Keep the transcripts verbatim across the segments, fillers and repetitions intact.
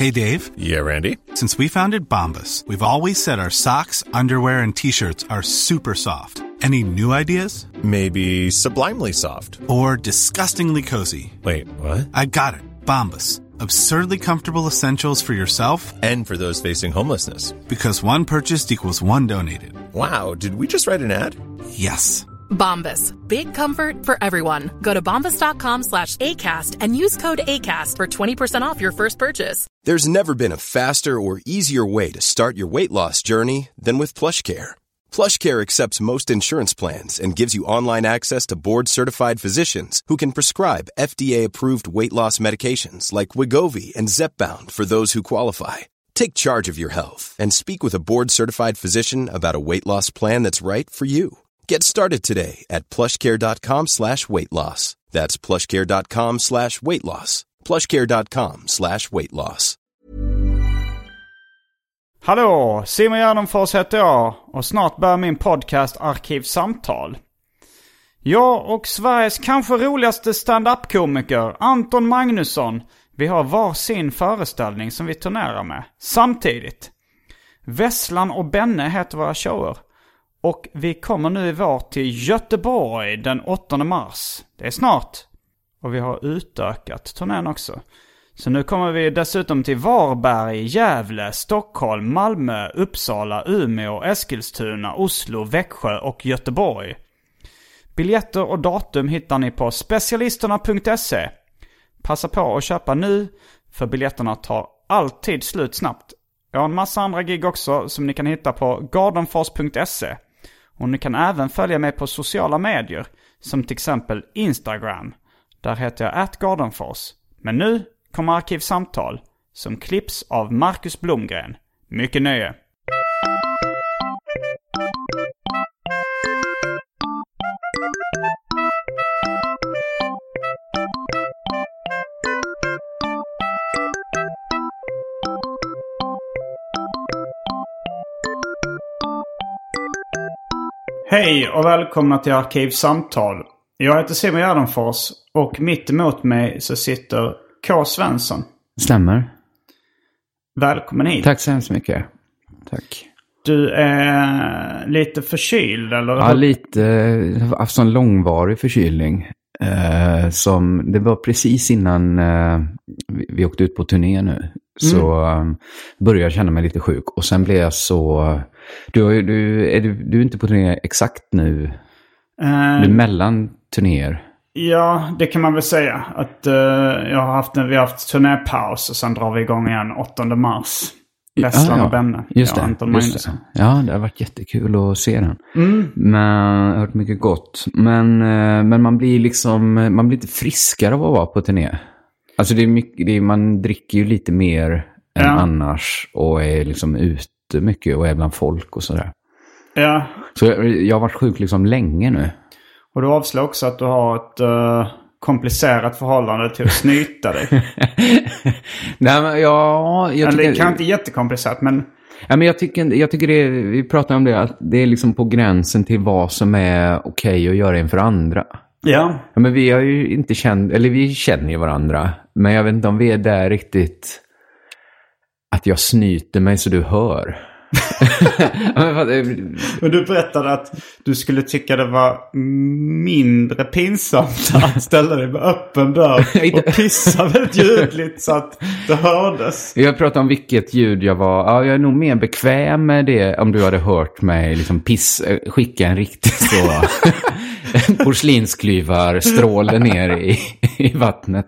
Hey, Dave. Yeah, Randy. Since we founded Bombas, we've always said our socks, underwear, and T-shirts are super soft. Any new ideas? Maybe sublimely soft. Or disgustingly cozy. Wait, what? I got it. Bombas. Absurdly comfortable essentials for yourself and for those facing homelessness. Because one purchased equals one donated. Wow, did we just write an ad? Yes. Bombas. Big comfort for everyone. Go to bombas.com slash ACAST and use code ACAST for twenty percent off your first purchase. There's never been a faster or easier way to start your weight loss journey than with PlushCare. PlushCare accepts most insurance plans and gives you online access to board-certified physicians who can prescribe F D A-approved weight loss medications like Wegovy and Zepbound for those who qualify. Take charge of your health and speak with a board-certified physician about a weight loss plan that's right for you. Get started today at plushcare.com slash weight loss. That's plushcare.com slash weight loss. plushcare.com slash weight loss. Hallå, Simon Gärdenfors heter jag och snart börjar min podcast Arkivsamtal. Jag och Sveriges kanske roligaste stand-up-komiker Anton Magnusson, vi har var sin föreställning som vi turnerar med samtidigt. Vesslan och Benne heter våra shower. Och vi kommer nu i vår till Göteborg den åttonde mars. Det är snart. Och vi har utökat turnén också. Så nu kommer vi dessutom till Varberg, Gävle, Stockholm, Malmö, Uppsala, Umeå, Eskilstuna, Oslo, Växjö och Göteborg. Biljetter och datum hittar ni på specialisterna punkt se. Passa på att köpa nu, för biljetterna tar alltid slut snabbt. Jag har en massa andra gig också som ni kan hitta på gardenfors punkt se. Och ni kan även följa mig på sociala medier, som till exempel Instagram. Där heter jag at gardenfors. Men nu kommer Arkivsamtal som klipps av Marcus Blomgren. Mycket nöje! Hej och välkomna till Arkivsamtal. Jag heter Simon Gärdenfors och mitt emot mig så sitter K. Svensson. Stämmer. Välkommen hit. Tack så hemskt mycket. Tack. Du är lite förkyld eller? Ja, lite. Jag har haft sån långvarig förkylning. Eh, som det var precis innan eh, vi, vi åkte ut på turné nu. Så mm. eh, började jag känna mig lite sjuk. Och sen blev jag så... Du, du, är, du, du är inte på turné exakt nu? Uh, du är mellan turnéer? Ja, det kan man väl säga. Att uh, jag har haft en, vi har haft turnépaus och sen drar vi igång igen åttonde mars. Vesslan ja, och Benne. Just det, Anton just det. Ja, det har varit jättekul att se den. Mm. Men jag har hört mycket gott. Men, uh, men man blir liksom, man blir lite friskare av att vara på turné. Alltså det är mycket, det är, man dricker ju lite mer ja. än annars och är liksom ute mycket och är bland folk och sådär. Ja. Så jag, jag har varit sjuk liksom länge nu. Och du avslår också att du har ett uh, komplicerat förhållande till att snyta dig. Nej, men ja... Jag Eller tycker, det kan inte jättekomplicerat, men... Ja, men jag tycker, jag tycker det är, vi pratar om det, att det är liksom på gränsen till vad som är okej okay att göra inför andra. Ja. Ja. Men vi har ju inte känt, eller vi känner ju varandra. Men jag vet inte om vi är där riktigt att jag snyter mig så du hör. Men du berättade att du skulle tycka det var mindre pinsamt att ställa dig med öppen dörr och pissa väldigt ljudligt så att det hördes. Jag pratade om vilket ljud jag var. Ja, jag är nog mer bekväm med det om du hade hört mig liksom piss, skicka en riktig så porslinsklyvar stråle ner i, i vattnet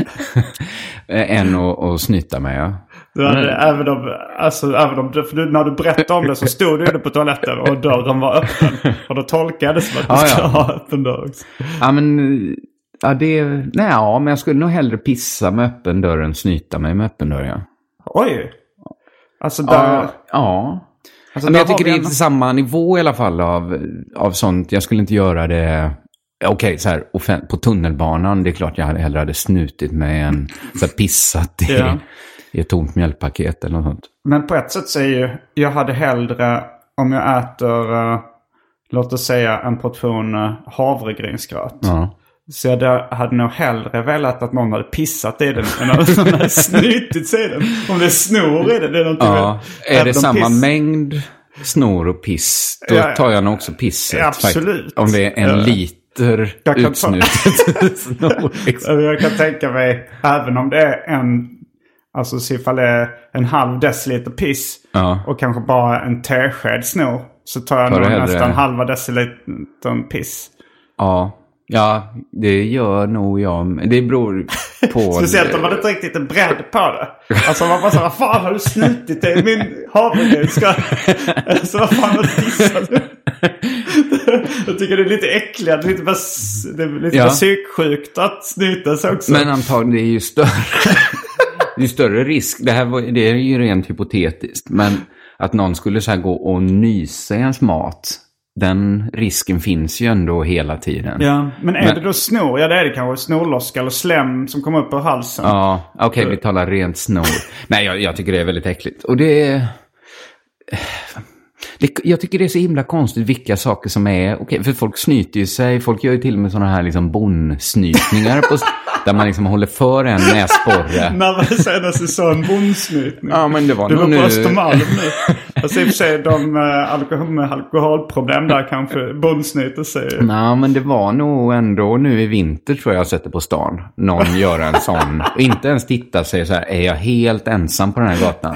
än att, att snyta mig, ja. Du hade, mm. även om, alltså, även om för du, när du berättade om det så stod du på toaletten och dörren var öppen. Och då tolkade jag det som att du ja, ska ja. ha öppen dörr också. Ja, men, ja, det, nej, ja, men jag skulle nog hellre pissa med öppen dörr än snyta mig med öppen dörr, ja. Oj! Alltså där... Ja, ja. Alltså, men jag tycker det är en... samma nivå i alla fall av, av sånt. Jag skulle inte göra det... Okej, okay, så här, offen- på tunnelbanan, det är klart jag hade hellre hade snutit med en så här, pissat i... Ja. i ett tomt mjölkpaket eller något sånt. Men på ett sätt säger ju, jag hade hellre om jag äter, uh, låt oss säga en portion uh, havregrynsgröt. Ja. Så jag hade nog hellre velat att någon hade pissat i den än att någon hade snytit i den. Om det är snor i den, det är någonting. Ja, med, är det samma piss. mängd snor och piss, då ja, tar jag nog också pisset. Ja, absolut. Faktiskt. Om det är en ja. liter utsnutet snor. Liksom. Jag kan tänka mig, även om det är en, alltså så ifall det är en halv deciliter piss ja. och kanske bara en tesked snor, så tar jag tar nog nästan halva deciliter piss. Ja. Ja, det gör nog jag. Det beror på... Speciellt om man inte riktigt är beredd på det. Alltså man bara så, vad fan har du snutit det i min havregryn? Ska... Så vad fan har du pissat? Jag tycker det är lite äckligt. Det är lite, bas... det är lite ja. psyksjukt att snyta sig också. Men antagligen det är ju större... det är större risk. Det här var... det är ju rent hypotetiskt. Men att någon skulle så här gå och nysa i ens mat... Den risken finns ju ändå hela tiden. Ja, men är men, det då snor? Ja, det är det kanske. Snorloska eller slem som kommer upp ur halsen. Ja, okej, okay, vi talar rent snor. Nej, jag, jag tycker det är väldigt äckligt. Och det är... Det, jag tycker det är så himla konstigt vilka saker som är... Okej, okay, för folk snyter ju sig. Folk gör ju till och med sådana här liksom bondsnytningar på... Där man liksom håller för en näsborre. När var det senaste sån bondsnytning? Ja, men det var det nog var nu... på Östermalm nu. Alltså i och för sig, de uh, alkohol, med alkoholproblem där kanske bondsnyter sig. Nej, men det var nog ändå nu i vinter tror jag jag sätter på stan. Någon gör en sån. Och inte ens titta sig så här, är jag helt ensam på den här gatan?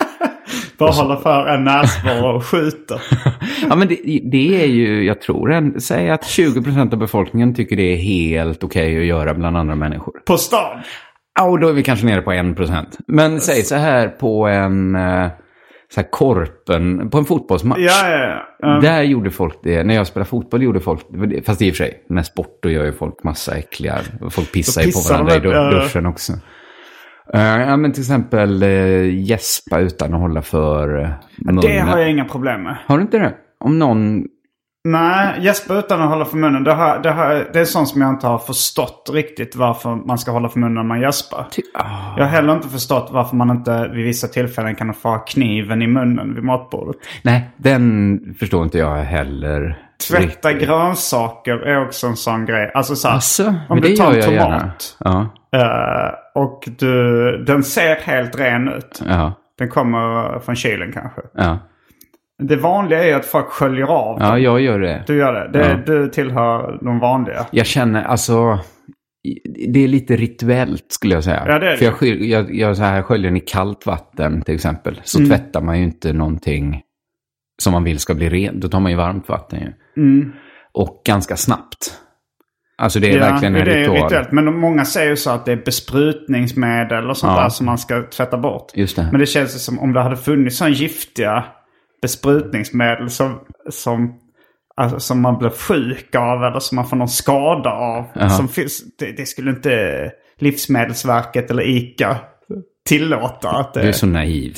Bara hålla för en näsborre och skjuta. Ja, men det, det är ju, jag tror, en, säg att tjugo procent av befolkningen tycker det är helt okej okay att göra bland andra människor. På stan? Ja, och då är vi kanske nere på en procent. Men yes. Säg så här på en... Så här korpen, på en fotbollsmatch. Ja, ja, ja. Um. Där gjorde folk det. När jag spelade fotboll gjorde folk det. Fast i och för sig, med sport då gör ju folk massa äckliga. Folk pissar ju på varandra i duschen uh. också. Uh, ja, men till exempel uh, gäspa utan att hålla för uh, munnen. Det har jag inga problem med. Har du inte det? Om någon... Nej, gäspa utan att hålla för munnen. Det, har, det, har, det är sånt som jag inte har förstått riktigt varför man ska hålla för munnen när man gäspar. Ty- oh. Jag har heller inte förstått varför man inte vid vissa tillfällen kan få kniven i munnen vid matbordet. Nej, den förstår inte jag heller. Tvätta riktigt. Grönsaker är också en sån grej. Alltså så här, alltså, om du tar en tomat ja. uh, och du, den ser helt ren ut. Ja. Den kommer från kylen kanske. Ja. Det vanliga är att folk sköljer av. Ja, dem. Jag gör det. Du gör det. det ja. Du tillhör de vanliga. Jag känner, alltså... Det är lite rituellt skulle jag säga. Ja, det är det. För jag, skyl, jag, jag så här sköljer den i kallt vatten till exempel. Så mm. tvättar man ju inte någonting som man vill ska bli rent. Då tar man ju varmt vatten ju. Mm. Och ganska snabbt. Alltså det är ja, verkligen en det ritual. Är rituellt. Men många säger ju så att det är besprutningsmedel och sånt ja. där som man ska tvätta bort. Just det. Men det känns som om det hade funnits sån giftiga besprutningsmedel som, som, alltså, som man blir sjuk av eller som man får någon skada av. Som finns, det, det skulle inte Livsmedelsverket eller ICA tillåta. Att det... Du är så naiv.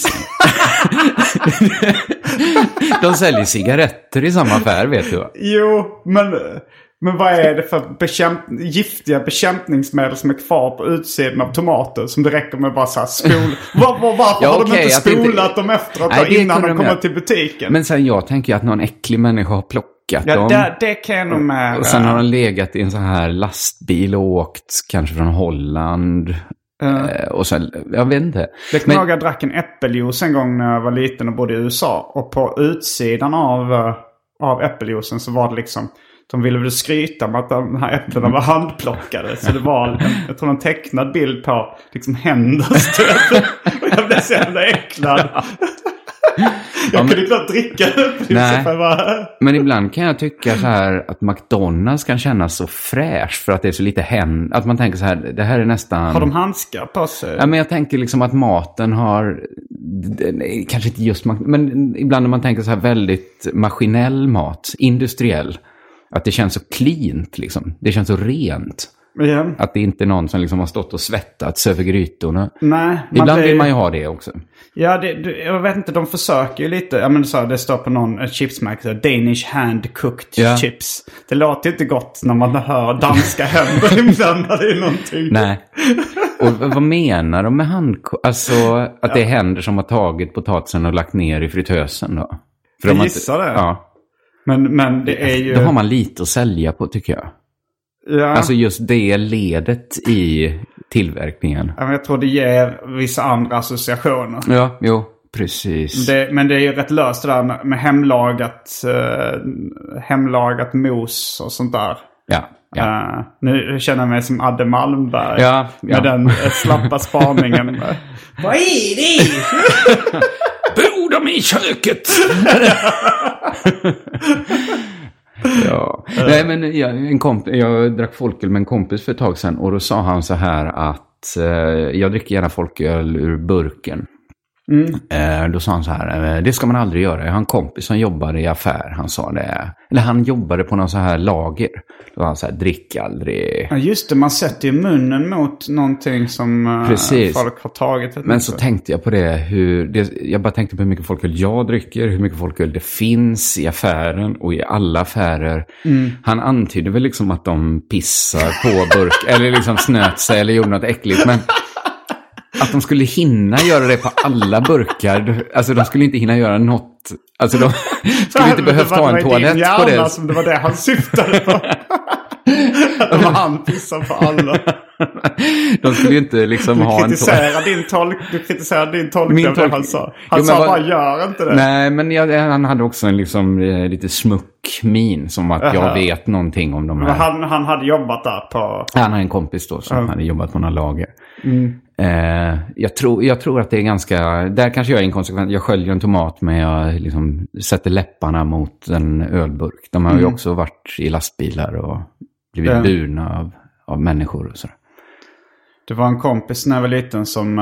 De säljer cigaretter i samma affär, vet du. Jo, men... Men vad är det för bekämp giftiga bekämpningsmedel som är kvar på utsidan av tomater som det räcker med bara så här spol... Var, var, varför ja, har okay, de inte spolat inte... dem efteråt Nej, innan de kommer till butiken? Men sen jag tänker att någon äcklig människa har plockat ja, dem. Det, det kan jag nog med. Och sen har de legat i en sån här lastbil och åkt kanske från Holland. Uh. Och sen, jag vet inte. Jag kommer ihåg jag drack en äppeljuice en gång när jag var liten och bodde i U S A. Och på utsidan av, av äppeljuicen så var det liksom... De ville väl skryta med att de här äpplena var handplockade. Så det var en, jag tror en tecknad bild på liksom händer. Och jag blev så jävla äcklad. Jag ja, kunde knappt dricka det. Nej, bara... men ibland kan jag tycka så här att McDonald's kan kännas så fräsch för att det är så lite händer. Att man tänker så här, det här är nästan... Har de handskar på sig? Ja, men jag tänker liksom att maten har... Kanske inte just... Men ibland när man tänker så här väldigt maskinell mat, industriell... Att det känns så cleant liksom. Det känns så rent. Ja. Att det inte är någon som liksom har stått och svettats över grytorna. Nej. Ibland blir... vill man ju ha det också. Ja, det, jag vet inte. De försöker ju lite. Ja, men så, det står på någon chipsmärke. Danish hand-cooked ja. chips. Det låter ju inte gott när man hör danska händer inblandade i någonting. Nej. Och vad menar de med handcooked? Alltså att ja. det är händer som har tagit potatisen och lagt ner i fritösen då? För jag gissar inte... det. Ja. Men, men det är ju... Då har man lite att sälja på tycker jag. Ja. Alltså just det ledet i tillverkningen. Ja, men jag tror det ger vissa andra associationer. Ja, jo, precis. Det, men det är ju rätt löst det där med, med hemlagat, uh, hemlagat mos och sånt där. Ja. Ja. Uh, nu känner jag mig som Adde Malmberg. Ja, ja. Med den uh, slappa spaningen. Vad är det? Bor de i köket? Ja. Nej, men jag, en komp- jag drack folköl med en kompis för ett tag sedan. Och då sa han så här att uh, jag dricker gärna folköl ur burken. Mm. Eh, då sa han så här, eh, det ska man aldrig göra. Jag har en kompis som jobbar i affär. Han sa det, eller han jobbade på någon så här lager. Då var han så här, drick aldrig. Ja just det, man sätter ju munnen mot någonting som eh, folk har tagit. Men så tänkte jag på det, hur det, jag bara tänkte på hur mycket folköl jag dricker, hur mycket folköl det finns i affären och i alla affärer. Mm. Han antyder väl liksom att de pissar på burk eller liksom snöt sig eller gjorde något äckligt, men att de skulle hinna göra det på alla burkar. Alltså de skulle inte hinna göra något. Alltså de skulle inte behövt ta en toalett på det. Som det var det han syftade på. Att de han pissar på alla. De skulle ju inte liksom du ha en toalett. Din tolk, du kritiserar din tolkning av det han sa. Han jo, sa bara, vad... gör inte det. Nej, men jag, han hade också en liksom lite smuckmin. Som att uh-huh. jag vet någonting om de här. Han, han hade jobbat där på... Han hade en kompis då som uh-huh. hade jobbat på några lager. Mm. Eh, jag, tror, jag tror att det är ganska... Där kanske jag är inkonsekvent. Jag sköljer en tomat men jag liksom sätter läpparna mot en ölburk. De har mm. ju också varit i lastbilar och blivit ja. burna av, av människor och sådär. Det var en kompis när jag var liten som...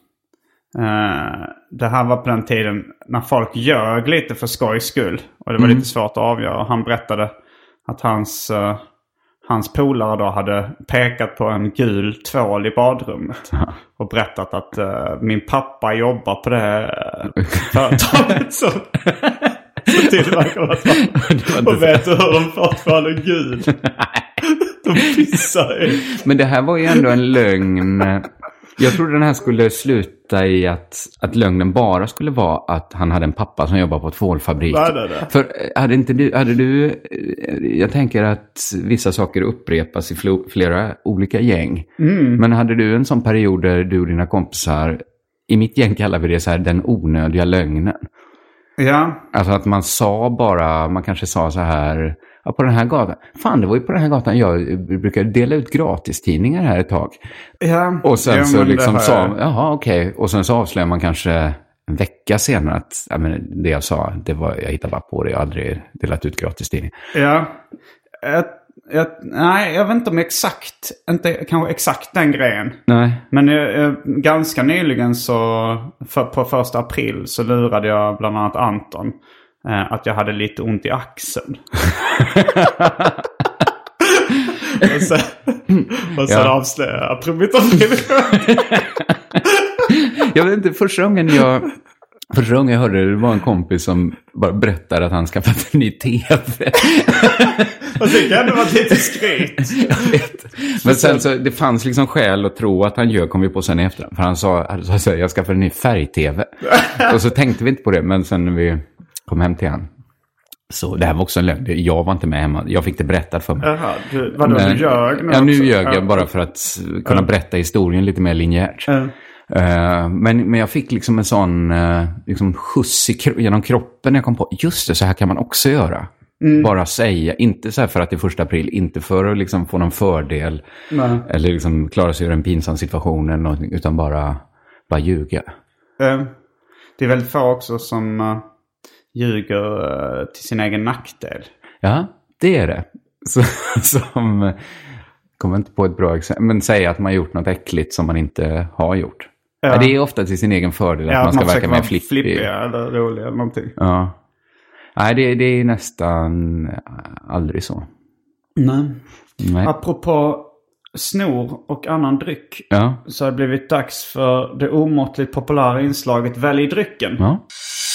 Eh, det här var på den tiden när folk ljög lite för skojs skull. Och det var mm. lite svårt att avgöra. Han berättade att hans... Eh, Hans polare då hade pekat på en gul tvål i badrummet. Ja. Och berättat att uh, min pappa jobbar på det uh, företaget. Så, så tillverkar man. Och vet du hur de fortfarande är gul? De pissar i. Men det här var ju ändå en lögn. Jag trodde den här skulle sluta i att, att lögnen bara skulle vara att han hade en pappa som jobbar på ett tvålfabrik. Nej, nej, nej. För hade inte du, hade du, jag tänker att vissa saker upprepas i fl- flera olika gäng. Mm. Men hade du en sån period där du och dina kompisar, i mitt gäng kallar vi det så här, den onödiga lögnen. Ja. Alltså att man sa bara, man kanske sa så här... Ja, på den här gatan. Fan, det var ju på den här gatan jag brukar dela ut gratistidningar här ett tag. Ja. Och sen ja, så liksom jag... sa, jaha okej. Okay. Och sen så avslöjar man kanske en vecka senare att ja, men det jag sa, det var, jag hittade bara på det. Jag har aldrig delat ut gratistidningar. Ja. Jag, jag, nej, jag vet inte om exakt, inte kanske exakt den grejen. Nej. Men jag, jag, ganska nyligen så, för, på första april så lurade jag bland annat Anton. Att jag hade lite ont i axeln. och så, och så ja. avslöjade jag april. Jag vet inte, första gången jag Första gången jag hörde det, det var en kompis som bara berättade att han skaffat en ny tv. Och det kan det vara lite skryt. Jag vet. Men sen så, det fanns liksom skäl att tro att han gör, kom vi på sen efter. För han sa, han sa jag skaffade en ny färg-tv. Och så tänkte vi inte på det, men sen när vi kom hem till han. Så det här var också en lögn. Jag var inte med hemma. Jag fick det berättat för mig. Jaha, du, vadå, men, du ljög nu Ja, nu också? ljög jag bara för att kunna mm. berätta historien lite mer linjärt. Mm. Uh, men, men jag fick liksom en sån uh, liksom skjuts i kro- genom kroppen när jag kom på, just det, så här kan man också göra. Mm. Bara säga, inte så här för att det är första april, inte för att liksom få någon fördel. Nej. Eller liksom klara sig ur en pinsam situation eller någonting, utan bara, bara ljuga. Uh, det är väldigt få också som uh, ljuger uh, till sin egen nackdel. Ja, det är det. Så, som... Uh, kommer inte på ett bra exempel, men säga att man gjort något äckligt som man inte har gjort. Ja. Ja, det är ofta till sin egen fördel att ja, man ska man verka mer flippig. Flippiga eller roliga eller någonting. Ja. Nej, det, det är nästan aldrig så. Nej. Nej. Apropå snor och annan dryck ja. så har det blivit dags för det omåttligt populära inslaget Välj drycken. Ja.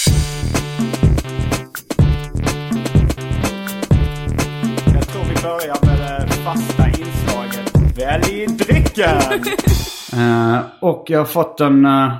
Jag tror vi börjar med det fasta inslaget Välj drycken! uh, och jag har fått en uh,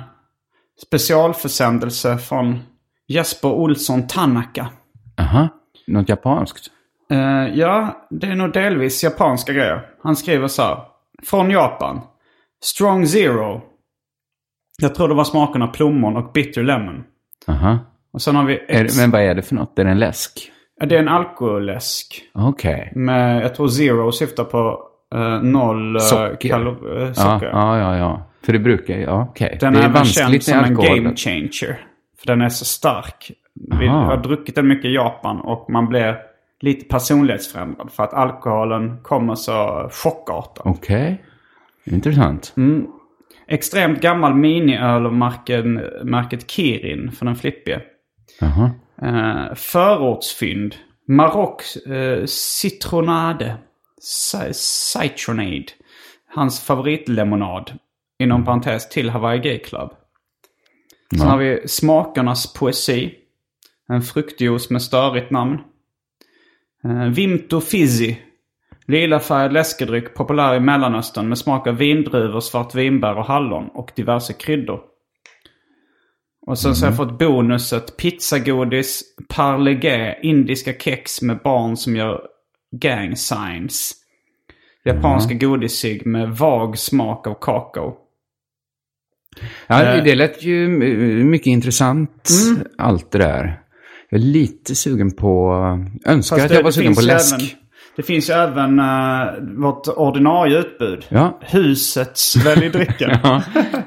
specialförsändelse från Jesper Olsson Tanaka. Aha, något japanskt? Uh, ja, det är nog delvis japanska grejer. Han skriver så här. Från Japan. Strong Zero. Jag tror det var smakerna plommon och bitter lemon. Aha. Och sen har vi... Är, men vad är det för något? Är det en läsk? Ja, det är en alkoläsk. Okej. Okay. Jag tror Zero syftar på uh, noll uh, socker. Kalo- uh, socker. Ja, ja, ja, ja. För det brukar ju... Ja, okej. Okay. Den det är även känd som en game changer. För den är så stark. Vi har druckit den mycket i Japan och man blir lite personlighetsförändrad. För att alkoholen kommer så chockartat. Okej. Okay. Intressant. Mm. Extremt gammal miniöl av märken, märket Kirin för den flippige. Jaha. Uh, förortsfynd. Maroc uh, Citronade. Citronade. Hans favoritlemonad. Inom parentes till Hawaii Gay Club. Sen ja. har vi Smakernas poesi. En fruktjuice med störigt namn. Uh, Vimto Fizzy. Lila färgad läskedryck populär i Mellanöstern med smak av vindruvor, svartvinbär och hallon och diverse kryddor. Och sen mm. så har jag fått bonuset pizzagodis, parlegé, indiska kex med barn som gör gang signs. Japanska mm. godissig med vag smak av kakao. Ja, det lät ju mycket intressant mm. allt det där. Jag är lite sugen på... Önskar Fast att jag var sugen på läsk. Även, det finns ju även uh, vårt ordinarie utbud. Ja. Husets väljdrycken. ja.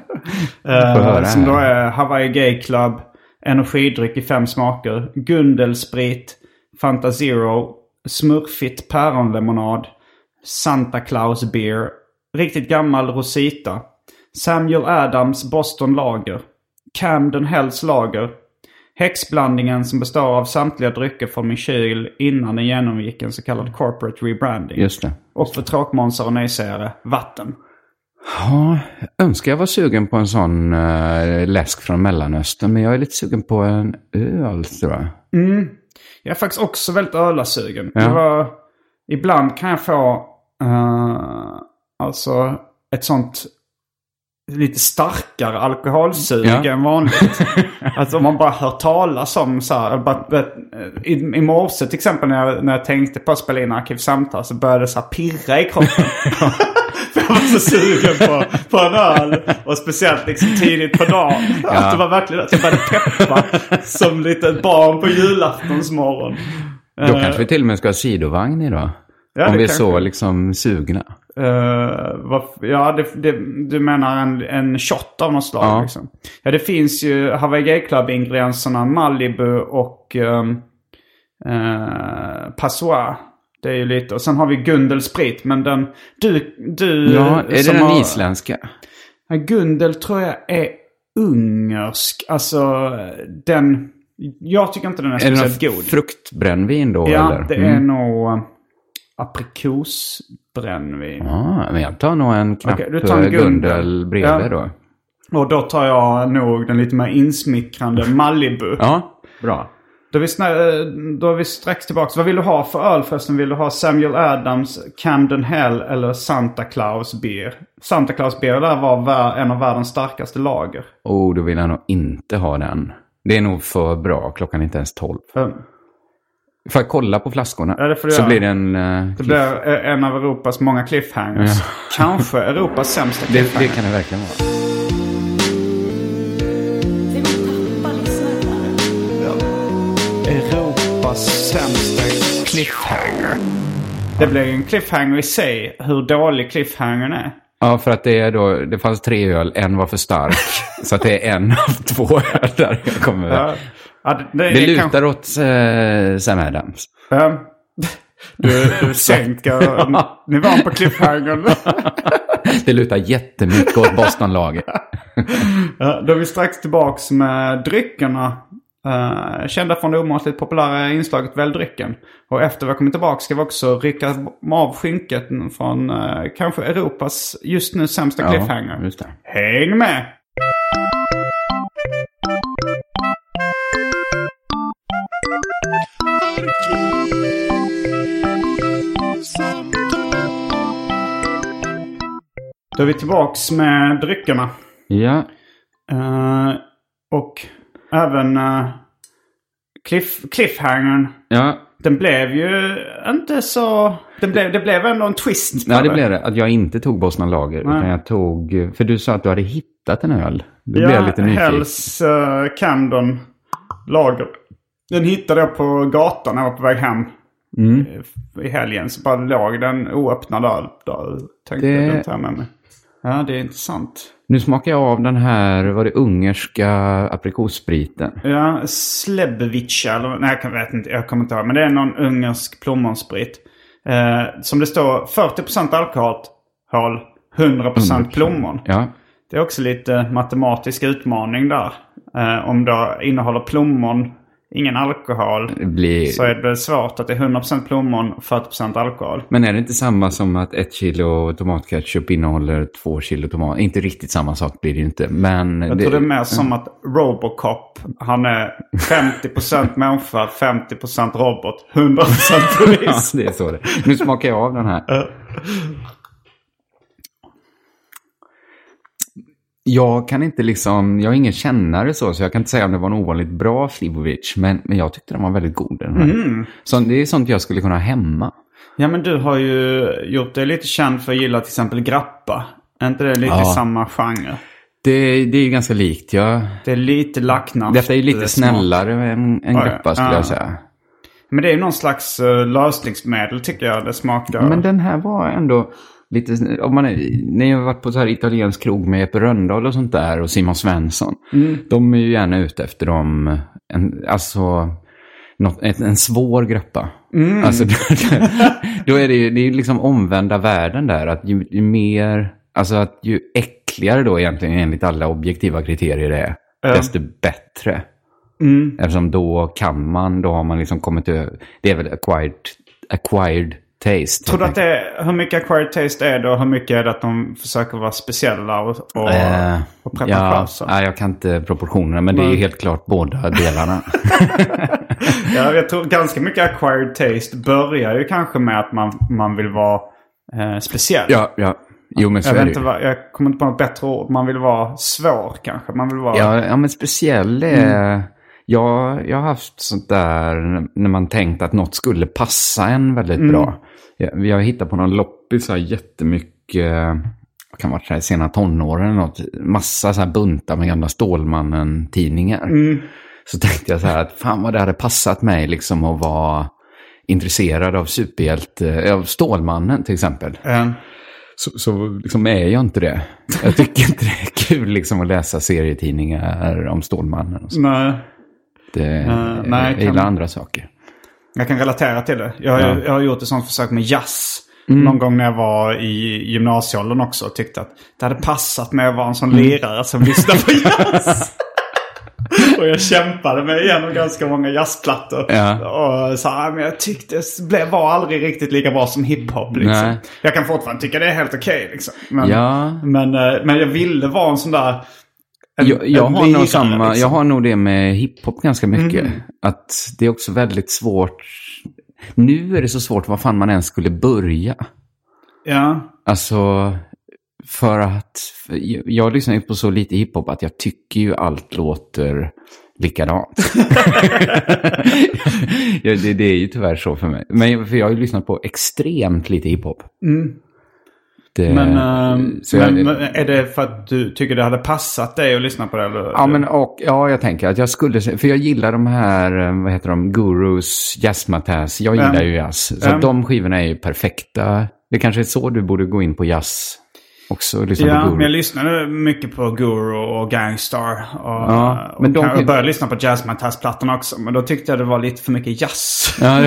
uh, som då är Hawaii Gay Club, energidryck i fem smaker, Gundelsprit, Fanta Zero, Smurfigt päronlemonad, Santa Claus Beer, riktigt gammal Rosita, Samuel Adams Boston Lager, Camden Hells Lager, häxblandningen som består av samtliga drycker från min kyl innan den genomgick en så kallad corporate rebranding. Just det. Och för tråkmånsar och nejsägare, vatten. Ja, önskar jag var sugen på en sån uh, läsk från Mellanöstern. Men jag är lite sugen på en öl, tror jag. Mm. Jag är faktiskt också väldigt ölasugen. Ja. Det var, ibland kan jag få uh, alltså ett sånt lite starkare alkoholsug ja. än vanligt. Alltså om man bara hör talas om så här, bara, i, i morse till exempel när jag, när jag tänkte på att spela in Arkivsamtal så började det så här pirra i kroppen. För jag var så sugen på, på en öl. Och speciellt liksom tidigt på dagen. Ja. Att det var verkligen att jag började peppa som litet barn på julaftonsmorgon. Då uh, kanske vi till och med ska ha sidovagn idag. Ja, om vi är så liksom sugna. Uh, vad, ja, det, det, du menar en, en shot av något slag. Ja. Liksom. Ja, det finns ju Hawaii Gay Club-ingredienserna Malibu och um, uh, Passoir. Det är ju lite. Och sen har vi Gundelsprit. Men den... Du, du, ja, är det den har, isländska? Ja, Gundel tror jag är ungersk. Alltså, den... Jag tycker inte den är, är speciellt god. Är det fruktbrännvin då? Ja, eller? det Mm. är nog... aprikosbrännvin. Ja, men jag tar nog en knapp okay, tar en Gundel bredvid ja. då. Och då tar jag nog den lite mer insmickrande Malibu. Ja, bra. Då är, vi sna- då är vi strax tillbaka. Vad vill du ha för öl förresten? Vill du ha Samuel Adams, Camden Hell eller Santa Claus Beer? Santa Claus Beer där var en av världens starkaste lager. Oh, då vill jag nog inte ha den. Det är nog för bra. Klockan är inte ens tolv. Mm. Får jag kolla på flaskorna? Ja, det får du så göra. Blir det en... Uh, det blir en av Europas många cliffhangers. Ja. Kanske Europas sämsta cliffhanger. Det, det kan det verkligen vara. Ja. Europas sämsta cliffhanger. Det blir en cliffhanger i sig. Hur dålig cliffhangern är. Ja, för att det är då... Det fanns tre öl. En var för stark. Så att det är en av två öl där jag kommer... Ja. Ja, det, det, det lutar kanske... åt uh, Sam Adams. Um, du du sänker nivån på cliffhangern. Det lutar jättemycket åt Boston-laget. Ja, då är vi strax tillbaks med dryckerna. Uh, kända från det omåttligt populära inslaget Väldrycken. Och efter vi har kommit tillbaka ska vi också rycka av skynket från uh, kanske Europas just nu sämsta cliffhanger. Ja, just det. Häng med! Då är vi tillbaks med dryckerna. Ja. Uh, och även uh, cliff, cliffhangern. Ja. Den blev ju inte så... Den blev, det blev ändå en twist. Ja, det blev det. Att jag inte tog Bosna Lager. Utan jag tog... För du sa att du hade hittat en öl. Då ja, blev jag lite nyfiken. Hells uh, Camden Lager. Den hittade jag på gatan när jag var på väg hem. Mm. I helgen. Så bara låg den oöppnad öl där. Tänkte det... den tar med mig. Ja, det är intressant. Nu smakar jag av den här, var det ungerska aprikosspriten? Ja, Slebvica, eller nej jag vet inte, jag kommer inte ihåg. Men det är någon ungersk plommonsprit. Eh, som det står fyrtio procent alkohol, hundra procent plommon. Ja. Det är också lite matematisk utmaning där. Eh, om det innehåller plommon, ingen alkohol, blir... så är det svårt att det är hundra procent plommon och fyrtio procent alkohol. Men är det inte samma som att ett kilo tomatketchup innehåller två kilo tomat? Inte riktigt samma sak blir det ju inte. Men jag det... tror det är mer som att Robocop, han är femtio procent människa, femtio procent robot, hundra procent polis. Ja, det är så det. Nu smakar jag av den här. Jag kan inte liksom, jag är ingen kännare så, så jag kan inte säga om det var en ovanligt bra Slivovic, men, men jag tyckte den var väldigt god den här. Mm. Så det är sånt jag skulle kunna hemma. Ja, men du har ju gjort dig lite känd för att gilla till exempel grappa. Är inte det lite ja. samma genre? Det, det är ju ganska likt, ja. Det är lite lacknaft. Detta är ju lite snällare än, än grappa skulle ja. jag säga. Men det är ju någon slags uh, lösningsmedel tycker jag, det smakar. Men den här var ändå... Lite, om man är, när jag har varit på så här italiensk krog med Epe Rönndahl och sånt där och Simon Svensson, mm. de är ju gärna ute efter dem, en, alltså något, en, en svår grappa. Mm. Alltså, då är det ju det är liksom omvända världen där, att ju, ju mer, alltså att ju äckligare då egentligen enligt alla objektiva kriterier det är, mm. desto bättre. Mm. Eftersom då kan man, då har man liksom kommit över, det är väl acquired, acquired taste. Tror du att det är, hur mycket acquired taste är det och hur mycket är det att de försöker vara speciella och, och, äh, och pretentiösa? Ja, jag kan inte proportionerna, men det är ju helt klart båda delarna. Ja, jag tror ganska mycket acquired taste börjar ju kanske med att man, man vill vara eh, speciell. Ja, ja. Jo, men så jag, är vet det inte vad, jag kommer inte på något bättre ord. Man vill vara svår kanske. Man vill vara... Ja, ja men speciell är... Mm. Jag, jag har haft sånt där när man tänkt att något skulle passa en väldigt mm. bra. Jag, jag hittat på någon loppis så här jättemycket, vad kan vara det här, sena tonåren eller något, massa så här buntar med gamla Stålmannen-tidningar. Mm. Så tänkte jag så här att fan vad det hade passat mig liksom att vara intresserad av superhjälte, av Stålmannen till exempel. Mm. Så, så liksom är jag inte det. Jag tycker inte det är kul liksom att läsa serietidningar om Stålmannen och så. Nej. Det, uh, nej, jag gillar kan... andra saker. Jag kan relatera till det. Jag, ja. jag har gjort ett sånt försök med jazz. Mm. Någon gång när jag var i gymnasieåldern också. Och tyckte att det hade passat med att vara en sån mm. lirare som lyssnar på jazz. Och jag kämpade mig igenom ganska många jazzplattor. Ja. Och så här, men jag tyckte det var aldrig riktigt lika bra som hiphop. Liksom. Jag kan fortfarande tycka det är helt okej. Okay, liksom. men, ja. men, men jag ville vara en sån där... En, jag, jag, har nog samma, liksom. Jag har nog det med hiphop ganska mycket. Mm. Att det är också väldigt svårt. Nu är det så svårt vad fan man ens skulle börja. Ja. Alltså, för att jag lyssnar ju på så lite hiphop att jag tycker ju allt låter likadant. ja, det, det är ju tyvärr så för mig. Men för jag har ju lyssnat på extremt lite hiphop. Mm. Det, men äh, så jag, men är det för att du tycker det hade passat dig att lyssna på det? Eller? Ja, men och, ja, jag tänker att jag skulle... För jag gillar de här, vad heter de, Gurus, Jazzmatazz. Jag gillar mm. ju jazz. Så mm. de skivorna är ju perfekta. Det kanske är så du borde gå in på jazz också och lyssna ja, på Guru. Men jag lyssnade mycket på Guru och Gangstar. Och, ja, men och, de... och började lyssna på Jazzmatazz-plattorna också. Men då tyckte jag det var lite för mycket jazz. Ja,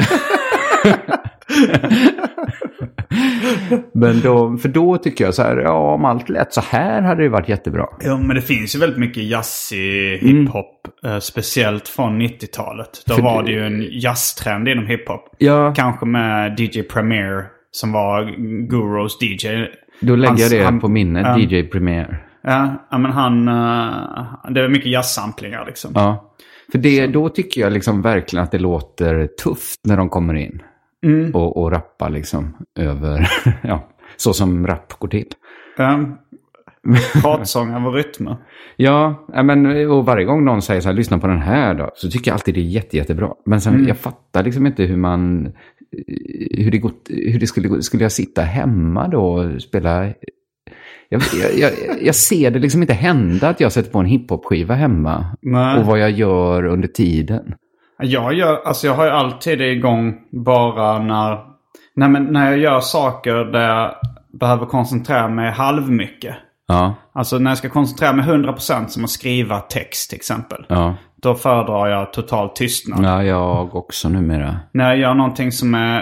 men då, för då tycker jag så här, ja, om allt lät så här hade det varit jättebra. Ja, men det finns ju väldigt mycket jazzig hiphop, mm. eh, speciellt från nittiotalet. Då för var det ju en jazztrend inom hiphop. Ja. Kanske med D J Premier som var Gurus D J. Då lägger Hans, jag det han, på minnet, um, D J Premier. Ja, men han, uh, det är mycket jazzsamplingar liksom. Ja, för det, då tycker jag liksom verkligen att det låter tufft när de kommer in. Mm. Och, och rappa liksom över, ja, så som rap går till. Um, Pratsånger och rytmer. Ja, men och varje gång någon säger så här, lyssna på den här då, så tycker jag alltid det är jätte, jättebra. Men sen, mm. jag fattar liksom inte hur man, hur det, gått, hur det skulle gå. Skulle jag sitta hemma då och spela... Jag, jag, jag, jag ser det liksom inte hända att jag sätter på en hiphop-skiva hemma. Nej. Och vad jag gör under tiden. Jag, gör, alltså jag har ju alltid det igång bara när, när, när jag gör saker där jag behöver koncentrera mig halvmycket. Ja. Alltså när jag ska koncentrera mig hundra procent som att skriva text till exempel. Ja. Då föredrar jag total tystnad. Ja, jag också numera. När jag gör någonting som är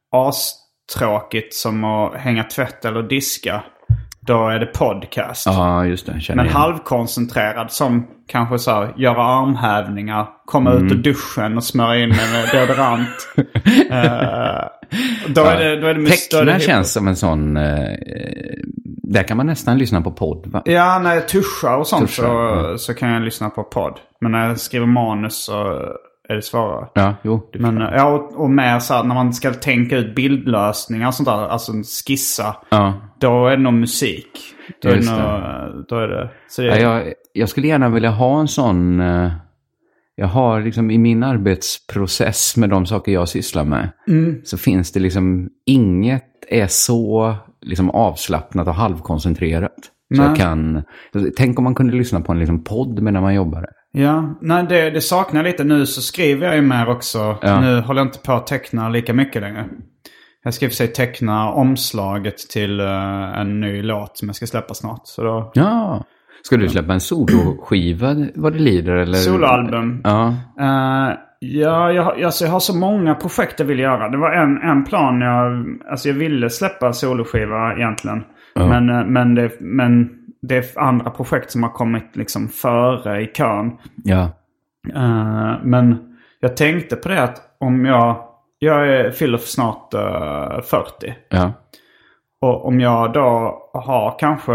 astråkigt som att hänga tvätt eller diska, då är det podcast. Ja, just det. Men halvkoncentrerad som kanske så här, göra armhävningar, komma mm. ut ur duschen och smörja in med deodorant. uh, då, ja. är det, då är det Teckna det känns som en sån... Uh, där kan man nästan lyssna på podd, va? Ja, när jag tuschar och sånt tuschar, så, ja. så kan jag lyssna på podd. Men när jag skriver manus så är det svårare. Ja, jo. Men, ja, och, och mer så här, när man ska tänka ut bildlösningar och sånt där, alltså skissa, ja. Då är det nog musik. Då är det, nog, då är det, så det är... Ja, jag, jag skulle gärna vilja ha en sån... Uh, jag har liksom i min arbetsprocess med de saker jag sysslar med, mm. så finns det liksom inget är så liksom avslappnat och halvkoncentrerat. Så jag kan... Tänk om man kunde lyssna på en liksom podd medan man jobbar. Ja, nej, det, det saknar lite. Nu så skriver jag ju mer också. Ja. Nu håller jag inte på att teckna lika mycket längre. Jag ska i och för sig teckna omslaget till uh, en ny låt som jag ska släppa snart. Så då... Ja, ska du släppa en soloskiva vad det lider? Eller? Soloalbum. Ja. Uh, ja, jag, alltså jag har så många projekt jag vill göra. Det var en, en plan. Jag, alltså jag ville släppa soloskiva egentligen. Ja. Men, men, det, men det är andra projekt som har kommit liksom före i kön. Ja. Uh, men jag tänkte på det att om jag... Jag är, fyller snart uh, fyrtio. Ja. Och om jag då har kanske...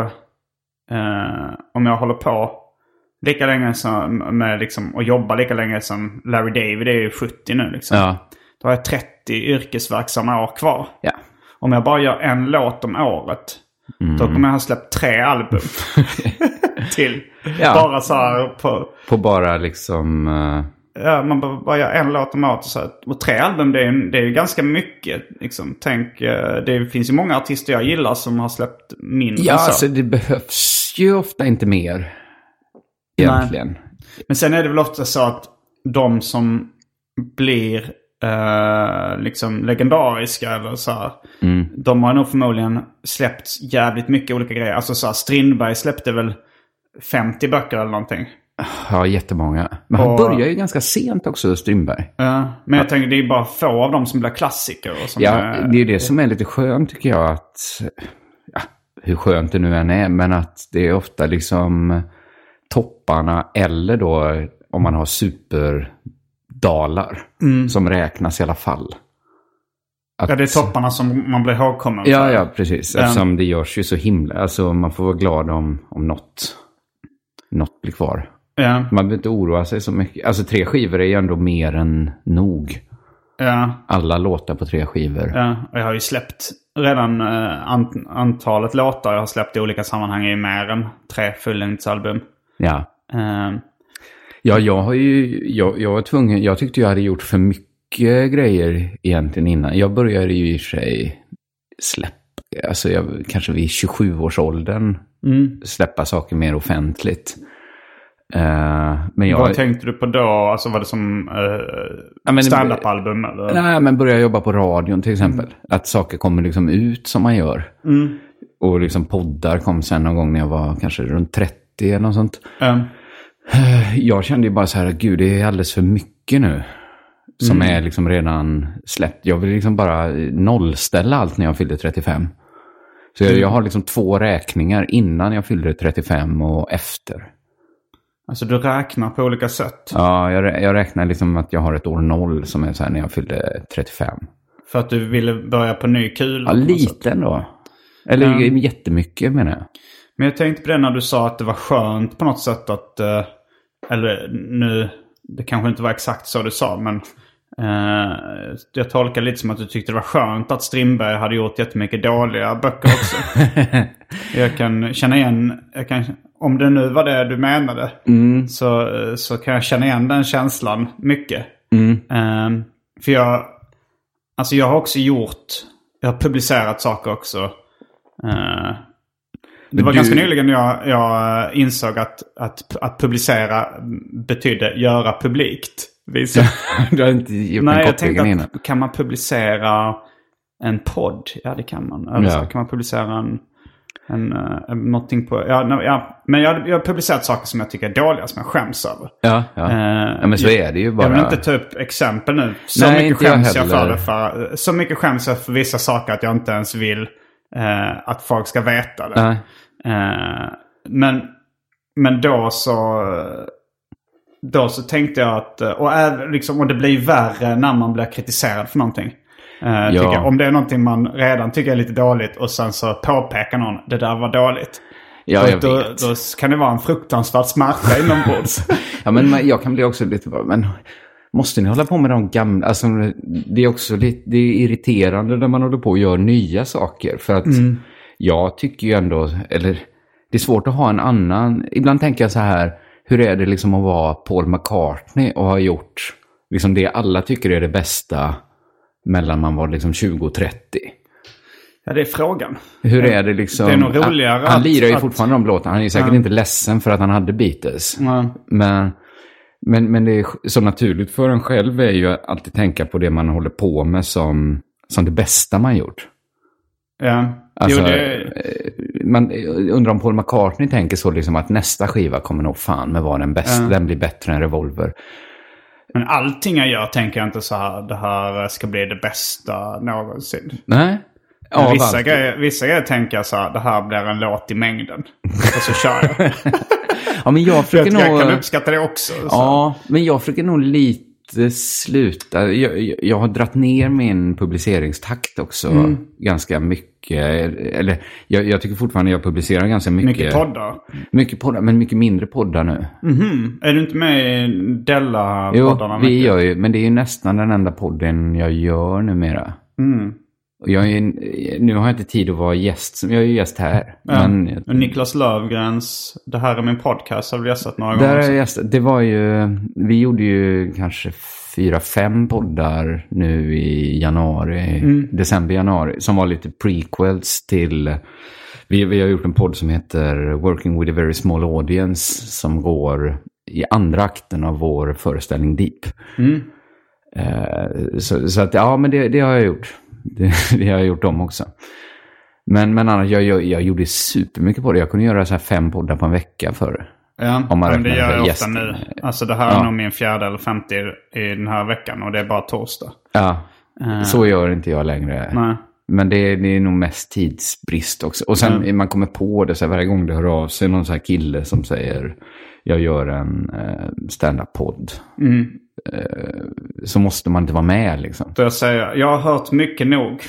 Uh, om jag håller på lika länge som med liksom... Och jobbar lika länge som Larry David är ju sjuttio nu liksom. Ja. Då har jag trettio yrkesverksamma år kvar. Ja. Om jag bara gör en låt om året... Mm. Då kommer jag ha släppt tre album till. Ja. Bara så här på... På bara liksom... Uh... Ja, man bara gör en låt om året. Och, så här. Och tre album, det är, det är ju ganska mycket. Liksom. Tänk, det finns ju många artister jag gillar som har släppt mindre. Ja, så alltså, det behövs ju ofta inte mer. Egentligen. Nej. Men sen är det väl ofta så att de som blir... Uh, liksom legendariska eller så här. Mm. De har nog förmodligen släppt jävligt mycket olika grejer. Alltså så här, Strindberg släppte väl femtio böcker eller någonting. Ja, jättemånga. Men han och, börjar ju ganska sent också, Strindberg. Uh, men jag tänker det är bara få av dem som blir klassiker. Och som ja, är, det är det som är lite skönt tycker jag. Att, ja, hur skönt det nu än är. Men att det är ofta liksom topparna eller då om man har super... dalar mm. som räknas i alla fall. Att... Ja, det är topparna som man blir ihågkommen. Ja, ja, precis. Mm. Eftersom det görs ju så himla... Alltså man får vara glad om, om något, något blir kvar. Ja. Man behöver inte oroa sig så mycket. Alltså tre skivor är ju ändå mer än nog. Ja. Alla låtar på tre skivor. Ja, och jag har ju släppt redan uh, ant- antalet låtar jag har släppt i olika sammanhang är mer än tre fullängdsalbum. Ja. Uh, Ja, jag har ju, jag, jag var tvungen, jag tyckte jag hade gjort för mycket grejer egentligen innan. Jag började ju i och för sig släppa, alltså jag, kanske vid tjugosju-årsåldern mm. släppa saker mer offentligt. Uh, men jag, Vad tänkte du på då? Alltså var det som uh, ja, men, stand-up-album? Eller? Nej, men började jobba på radion till exempel. Mm. Att saker kommer liksom ut som man gör. Mm. Och liksom poddar kom sen någon gång när jag var kanske runt trettio eller något sånt. Mm. Jag kände ju bara så här, gud det är alldeles för mycket nu. Som mm. är liksom redan släppt. Jag vill liksom bara nollställa allt när jag fyllde trettiofem. Så jag, jag har liksom två räkningar innan jag fyllde trettiofem och efter. Alltså du räknar på olika sätt? Ja, jag, jag räknar liksom att jag har ett år noll som är så här när jag fyllde trettiofem. För att du ville börja på ny kul? Ja, lite ändå. Eller mm. jättemycket menar jag. Men jag tänkte på det när du sa att det var skönt på något sätt att... Eller nu, det kanske inte var exakt så du sa, men Uh, jag tolkar lite som att du tyckte det var skönt att Strindberg hade gjort jättemycket dåliga böcker också. Jag kan känna igen, jag kan, om det nu var det du menade, mm. så, så kan jag känna igen den känslan mycket. Mm. Uh, för jag, alltså jag har också gjort, jag har publicerat saker också. Uh, det var du... ganska nyligen jag, jag insåg att, att, att publicera betydde göra publikt. Du har inte gjort Nej, en jag tänkte att innan. Kan man publicera en podd? Ja, det kan man. Eller ja. Kan man publicera en, en, en, någonting på... Ja, no, ja. Men jag, jag har publicerat saker som jag tycker är dåliga, som jag skäms över. Ja, ja. Uh, ja men så är det ju bara. Jag vill inte ta upp exempel nu. Så Nej, mycket skäms jag, jag för det. För, så mycket skäms jag för vissa saker att jag inte ens vill uh, att folk ska veta det. Uh. Uh, men, men då så... Då så tänkte jag att, och, är, liksom, och det blir värre när man blir kritiserad för någonting. Uh, ja. Om det är någonting man redan tycker är lite dåligt och sen så påpekar någon, det där var dåligt. Ja, jag då, vet. Då kan det vara en fruktansvärd smärta inombords. Ja, men jag kan bli också lite bara, men måste ni hålla på med de gamla, alltså det är också lite, det är irriterande när man håller på och gör nya saker. För att mm. jag tycker ju ändå, eller det är svårt att ha en annan, ibland tänker jag så här, hur är det liksom att vara Paul McCartney och ha gjort liksom det alla tycker är det bästa mellan man var liksom tjugo och trettio? Ja, det är frågan. Hur är det liksom? Det är nog roligare Han, han lirar ju att, fortfarande de låtarna. Han är säkert ja. inte ledsen för att han hade Beatles. Ja. Men, men, men det är så naturligt för en själv är ju att alltid tänka på det man håller på med som, som det bästa man gjort. Ja. Alltså, jo, det... man undrar om Paul McCartney tänker så liksom att nästa skiva kommer nog fan med vara den bästa. Ja. Den blir bättre än Revolver. Men allting jag gör tänker jag inte så här, det här ska bli det bästa någonsin. Nej. Ja, vissa, grejer, vissa grejer tänker jag så här, det här blir en låt i mängden. Och så kör jag. Ja, men jag försöker nog... Jag kan uppskatta det också. Så. Ja, men jag försöker nog lite sluta. Jag, jag, jag har dratt ner min publiceringstakt också mm. ganska mycket. Eller jag, jag tycker fortfarande jag publicerar ganska mycket. Mycket poddar. Mycket poddar, men mycket mindre poddar nu. Mm-hmm. Är du inte med i Della-poddarna? Jo, vi gör ju, men det är ju nästan den enda podden jag gör numera. Mm. Och jag är, nu har jag inte tid att vara gäst. Jag är ju gäst här. Ja. Men, Niklas Lövgrens, det här är min podcast, har du gästat några där gånger? Gästat, det var ju, vi gjorde ju kanske fyra, fem poddar nu i januari, mm. december, januari. Som var lite prequels till, vi, vi har gjort en podd som heter Working with a very small audience. Som går i andra akten av vår föreställning Deep. Mm. Uh, så, så att, ja men det, det har jag gjort. Det, det har jag gjort om också. Men, men annars, jag, jag, jag gjorde supermycket på det. Jag kunde göra så här fem poddar på en vecka förr. Ja, om man men det gör jag ofta nu. Alltså det här ja. är nog min fjärde eller femte i den här veckan. Och det är bara torsdag. Ja, uh. så gör inte jag längre. Nej. Men det, det är nog mest tidsbrist också. Och sen mm. man kommer på det så här, varje gång det hör av sig någon så här kille som säger jag gör en uh, stand-up-podd. Mm. Så måste man inte vara med liksom. Då jag säger, jag har hört mycket nog.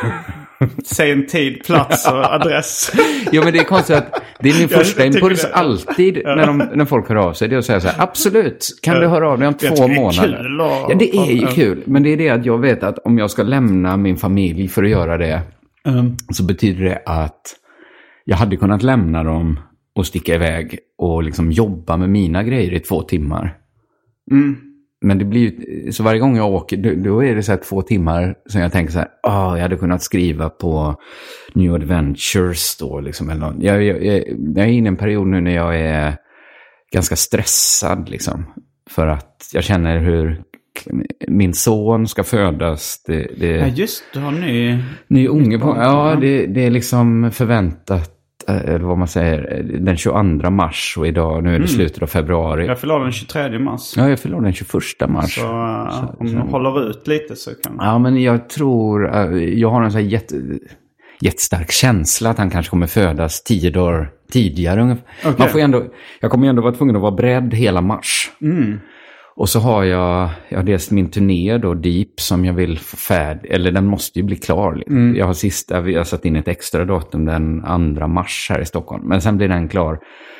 Säg en tid, plats och adress. Jo men det är konstigt att det är min första impuls det. alltid när, de, när folk hör av sig. Det är att säga så här, absolut, kan du höra av dig om två det månader? Och, ja det är ju kul. Men det är det att jag vet att om jag ska lämna min familj för att göra det. Mm. Så betyder det att jag hade kunnat lämna dem och sticka iväg och liksom jobba med mina grejer i två timmar. Mm. Men det blir ju, så varje gång jag åker, då, då är det så här två timmar som jag tänker så här, ah, jag hade kunnat skriva på New Adventures då liksom. Eller någon. Jag, jag, jag, jag är inne i en period nu när jag är ganska stressad liksom. För att jag känner hur min son ska födas. Det, det, ja just det, har ni... Ny unge på, ja det, det är liksom förväntat. Eller vad man säger, den tjugoandra mars och idag, nu är det mm. slutet av februari. Jag förlorar den tjugotre mars. Ja, jag förlorar den tjugoförsta mars. Så, uh, så om du håller ut lite så kan... Ja, men jag tror, uh, jag har en så här jätte, jättestark känsla att han kanske kommer födas tio dagar tidigare. Okay. Man får ändå, jag kommer ändå vara tvungen att vara beredd hela mars. Mm. Och så har jag, jag har dels min turné då, Deep, som jag vill få färdig. Eller den måste ju bli klar. Mm. Jag har sista, jag har satt in ett extra datum den andra mars här i Stockholm. Men sen blir den klar.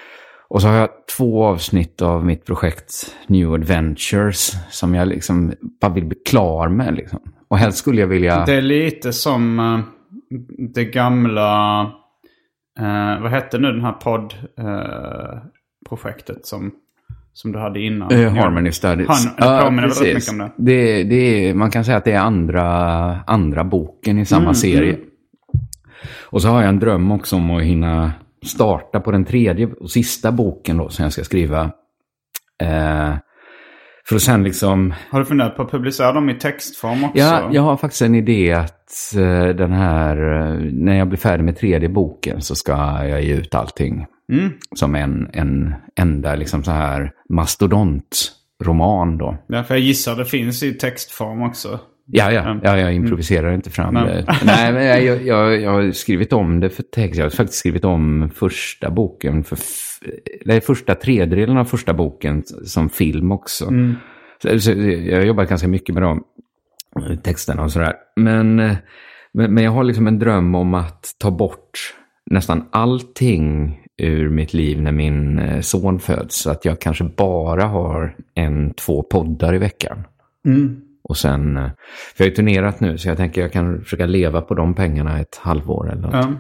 Och så har jag två avsnitt av mitt projekt New Adventures som jag liksom bara vill bli klar med liksom. Och helst skulle jag vilja... Det är lite som uh, det gamla... Uh, vad hette nu den här podd-projektet uh, som, som du hade innan? Uh, Harmony Studies. Han, ja, påminner precis. väldigt mycket om det. Det, det är, man kan säga att det är andra, andra boken i samma Mm, serie. mm. Och så har jag en dröm också om att hinna starta på den tredje och sista boken då som jag ska skriva. Eh, för att sen liksom... Har du funderat på att publicera dem i textform också? Ja, jag har faktiskt en idé att uh, den här, uh, när jag blir färdig med tredje boken så ska jag ge ut allting. Mm. Som en, en enda liksom så här mastodontroman då. Ja, för jag gissar det finns i textform också. Ja, ja, ja, jag improviserar mm. inte fram det. Nej, men jag, jag, jag har skrivit om det för text. Jag har faktiskt skrivit om första boken, för f- nej, första tredjedelen av första boken som film också. Mm. Så, så jag har jobbat ganska mycket med de texterna och sådär. Men, men, men jag har liksom en dröm om att ta bort nästan allting ur mitt liv när min son föds. Så att jag kanske bara har en, två poddar i veckan. Mm. Och sen, för jag har ju turnerat nu så jag tänker jag kan försöka leva på de pengarna ett halvår eller något. Ja.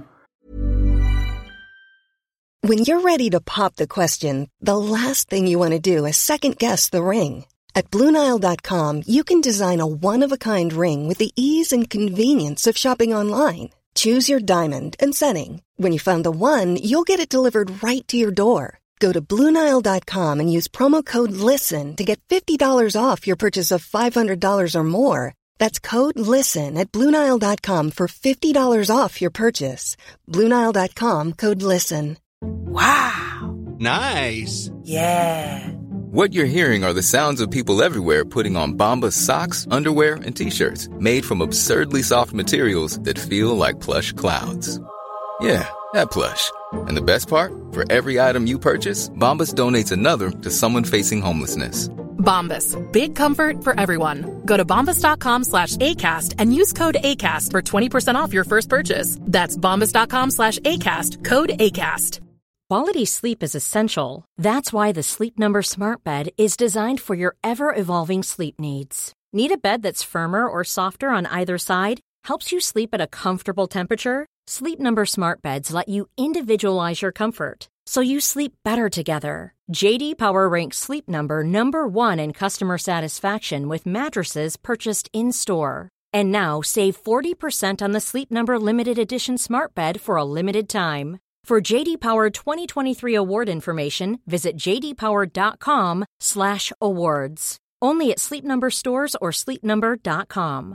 When you're ready to pop the question, the last thing you want to do is second guess the ring. At Blue Nile dot com, you can design a one-of-a-kind ring with the ease and convenience of shopping online. Choose your diamond and setting. When you find the one, you'll get it delivered right to your door. Go to Blue Nile dot com and use promo code LISTEN to get fifty dollars off your purchase of five hundred dollars or more. That's code LISTEN at Blue Nile dot com for fifty dollars off your purchase. Blue Nile dot com, code LISTEN. Wow! Nice! Yeah! What you're hearing are the sounds of people everywhere putting on Bombas socks, underwear, and T-shirts made from absurdly soft materials that feel like plush clouds. Yeah, that plush. And the best part? For every item you purchase, Bombas donates another to someone facing homelessness. Bombas. Big comfort for everyone. Go to bombas.com slash ACAST and use code ACAST for twenty percent off your first purchase. That's bombas.com slash ACAST. Code ACAST. Quality sleep is essential. That's why the Sleep Number Smart Bed is designed for your ever-evolving sleep needs. Need a bed that's firmer or softer on either side? Helps you sleep at a comfortable temperature? Sleep Number Smart Beds let you individualize your comfort, so you sleep better together. J D Power ranks Sleep Number number one in customer satisfaction with mattresses purchased in-store. And now, save forty percent on the Sleep Number Limited Edition Smart Bed for a limited time. For J D Power twenty twenty-three award information, visit j d power dot com slash awards. Only at Sleep Number stores or sleep number dot com.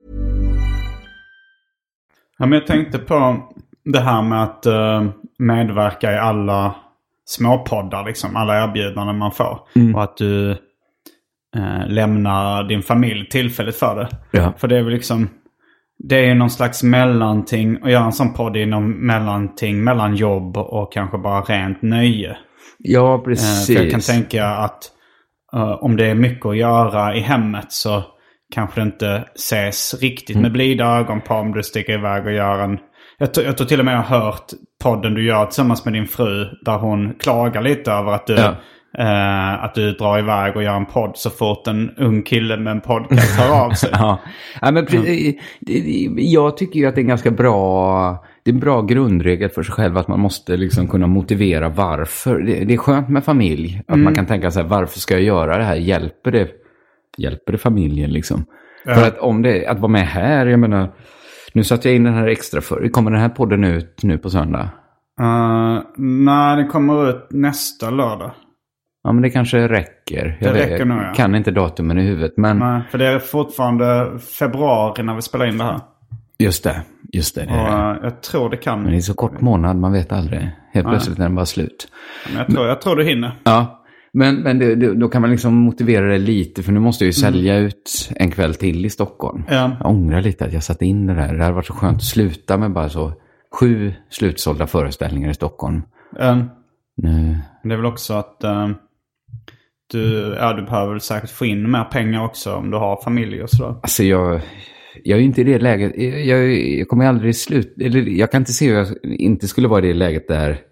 Ja, men jag tänkte på det här med att uh, medverka i alla småpoddar, liksom, alla erbjudanden man får. Mm. Och att du uh, lämnar din familj tillfälligt för det. Ja. För det är väl liksom, det är ju någon slags mellanting. Och göra en sån podd är någon mellanting mellan jobb och kanske bara rent nöje. Ja, precis. Uh, för jag kan tänka att uh, om det är mycket att göra i hemmet så kanske det inte ses riktigt med blida ögon på om du sticker iväg och gör en... Jag, t- jag tror till och med jag har hört podden du gör tillsammans med din fru där hon klagar lite över att du, ja. eh, att du drar iväg och gör en podd så fort en ung kille med en podcast hör av sig. ja. Ja, men pre- mm. Jag tycker ju att det är en ganska bra... Det är en bra grundregel för sig själv att man måste liksom kunna motivera varför. Det, det är skönt med familj. Att mm. man kan tänka så här, varför ska jag göra det här? Hjälper det... Hjälper det familjen liksom? Ja. För att om det att vara med här, jag menar, nu satt jag in den här extra för. Kommer den här podden ut nu på söndag? Uh, nej, den kommer ut nästa lördag. Ja, men det kanske räcker. Det jag räcker vet, nog, ja. Kan inte datumen i huvudet, men... Nej, för det är fortfarande februari när vi spelar in det här. Just det, just det. det och, uh, jag tror det kan... Men det är så kort månad, man vet aldrig. Helt nej. Plötsligt är den bara slut. Men jag, tror, men, jag tror du hinner. Ja. Men, men det, det, då kan man liksom motivera det lite. För nu måste jag ju sälja mm. ut en kväll till i Stockholm. Ja. Jag ångrar lite att jag satte in det där. Det hade varit så skönt att sluta med bara så sju slutsålda föreställningar i Stockholm. Um, nu. Det är väl också att um, du, ja, du behöver säkert få in mer pengar också om du har familj och sådär. Alltså jag... Jag är ju inte i det läget. Jag, jag kommer aldrig slut... Eller jag kan inte se hur jag inte skulle vara i det läget där...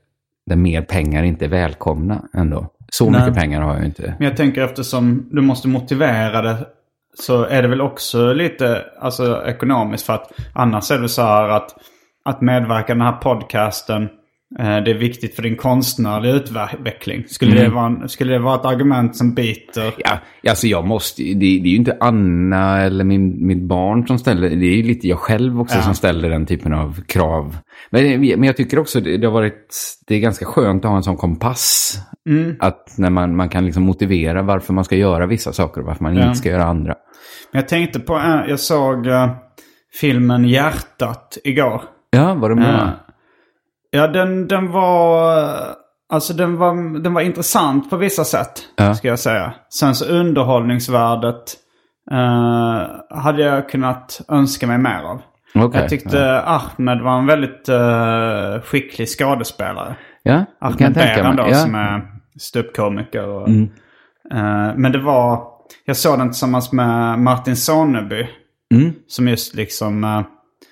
där mer pengar inte är välkomna ändå. Så Nej. mycket pengar har jag inte. Men jag tänker eftersom du måste motivera det så är det väl också lite alltså, ekonomiskt för att annars är det så här att, att medverka i den här podcasten det är viktigt för din konstnärliga utveckling. Skulle, mm. det vara, skulle det vara ett argument som biter? Ja, alltså jag måste, det, det är ju inte Anna eller min, mitt barn som ställer, det är ju lite jag själv också ja. som ställer den typen av krav. Men, men jag tycker också det, det har varit, det är ganska skönt att ha en sån kompass. Mm. Att när man, man kan liksom motivera varför man ska göra vissa saker och varför man ja. inte ska göra andra. Men jag tänkte på, jag såg uh, filmen Hjärtat igår. Ja, var det bra? Uh, Ja, den, den var alltså den var den var intressant på vissa sätt, ja. ska jag säga. Sen så underhållningsvärdet eh, hade jag kunnat önska mig mer av. Okay, jag tyckte ja. Ahmed var en väldigt eh, skicklig skådespelare. Ja, Ahmed Beran då ja. som är ståuppkomiker och mm. eh, men det var jag såg den tillsammans med Martin Sonneby mm. som just liksom eh,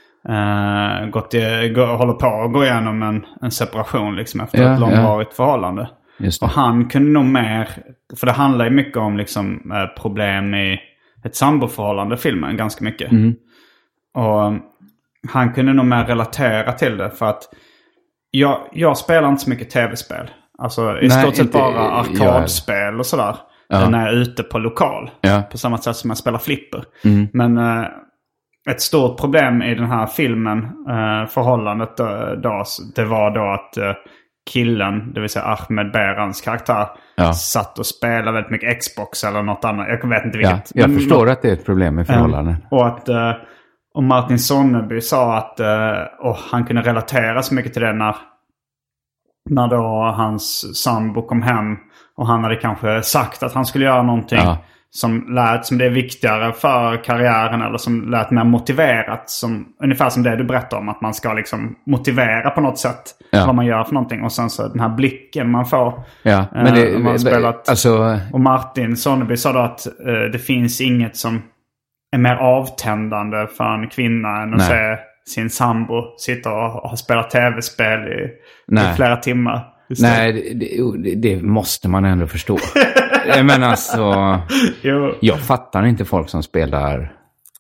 Uh, gått i, gå, håller på att gå igenom en, en separation liksom efter ja, ett långvarigt ja. förhållande. Och han kunde nog mer, för det handlar ju mycket om liksom, uh, problem i ett samboförhållande, filmen ganska mycket. Mm. Och um, han kunde nog mer relatera till det för att jag, jag spelar inte så mycket tv-spel. Alltså i Nej, stort sett bara arkadspel och sådär. Ja. När jag är ute på lokal. Ja. På samma sätt som jag spelar flipper. Mm. Men uh, ett stort problem i den här filmen, uh, förhållandet då, då, det var då att uh, killen, det vill säga Ahmed Berans karaktär, ja. satt och spelade väldigt mycket Xbox eller något annat. Jag vet inte vilket. Ja, jag men, förstår men, att det är ett problem med förhållanden. Um, och att uh, och Martin Sonneby sa att uh, och han kunde relatera så mycket till det när, när då hans sambo kom hem och han hade kanske sagt att han skulle göra någonting. Ja. Som lät som det är viktigare för karriären eller som lät mer motiverat. Som, ungefär som det du berättar om. Att man ska liksom motivera på något sätt ja. vad man gör för någonting. Och sen så den här blicken man får. Ja, men det, eh, man spelat, alltså... Och Martin Sonneby sa då att eh, det finns inget som är mer avtändande för en kvinna än att se sin sambo sitta och ha spelat tv-spel i, i flera timmar. Nej, det, det måste man ändå förstå. Men alltså, jag fattar inte folk som spelar...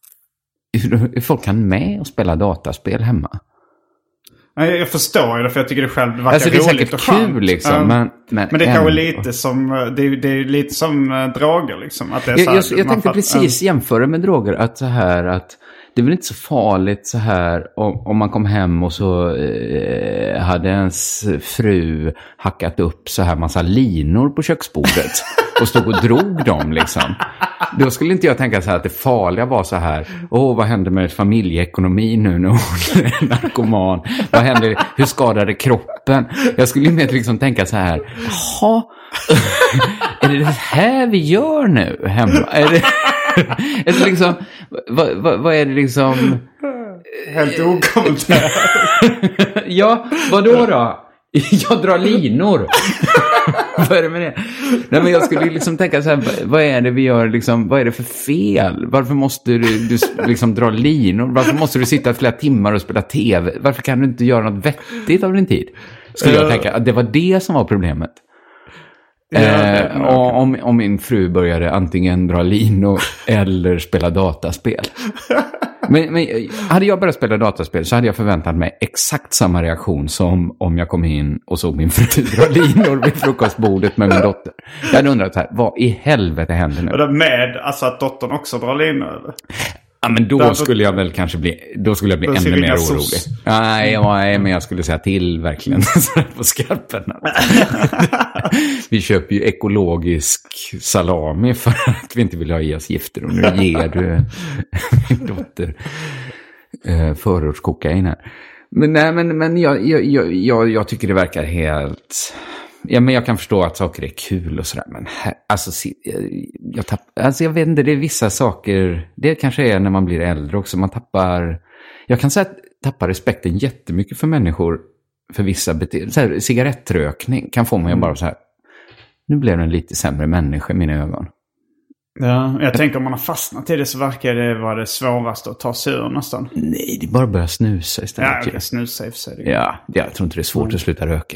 Folk kan med och spela dataspel hemma. Nej, jag förstår det för jag tycker det själv det verkar alltså, det är roligt och kul skönt. Liksom, um, men, men, men det är kanske lite som det är, det är lite som uh, droger liksom. Att det är jag så här, jag, jag tänkte fatt, precis um, jämföra med droger att så här att det är väl inte så farligt så här om, om man kom hem och så eh, hade ens fru hackat upp så här massa linor på köksbordet och stod och drog dem liksom. Då skulle inte jag tänka så här att det farliga var så här, åh vad händer med familjeekonomi nu när hon är narkoman? Vad händer? Hur skadar det kroppen? Jag skulle mer liksom tänka så här, jaha, är det det här vi gör nu hemma? Är det... Är det liksom, vad, vad, vad är det liksom? Helt okommenterat. Ja, vad då då? Jag drar linor. Vad är det med det? Nej, men jag skulle liksom tänka så här, vad är det vi gör liksom, vad är det för fel? Varför måste du, du liksom dra linor? Varför måste du sitta flera timmar och spela tv? Varför kan du inte göra något vettigt av din tid? Skulle jag tänka, att det var det som var problemet. Ja, eh, om, om min fru började antingen dra linor eller spela dataspel. Men, men hade jag börjat spela dataspel så hade jag förväntat mig exakt samma reaktion som om jag kom in och såg min fru dra linor vid frukostbordet med min dotter. Jag hade undrat så här, vad i helvete händer nu? Och det med alltså att dottern också drar linor eller? Ja, men då Därför... skulle jag väl kanske bli, då skulle jag bli ännu mer orolig. Nej, ja, men jag skulle säga till verkligen på skarpen. Vi köper ju ekologisk salami för att vi inte vill ha i oss gifter. Och nu ger du min dotter eh, förortskokain här. Men nej, men, men jag, jag, jag, jag tycker det verkar helt... Ja, men jag kan förstå att saker är kul och sådär. Men här, alltså, jag, tapp, alltså jag vet inte, det är vissa saker... Det kanske är när man blir äldre också. Man tappar... Jag kan säga att tappar respekten jättemycket för människor. För vissa beteenden. Så här, cigarettrökning kan få mig mm. bara så här... Nu blev det en lite sämre människa i mina ögon. Ja, jag tänker om man har fastnat i det så verkar det vara det svåraste att ta sig ur nästan. Nej, det är bara att börja snusa istället. Ja, jag snusa i och för sig. Ja, jag tror inte det är svårt mm. att sluta röka.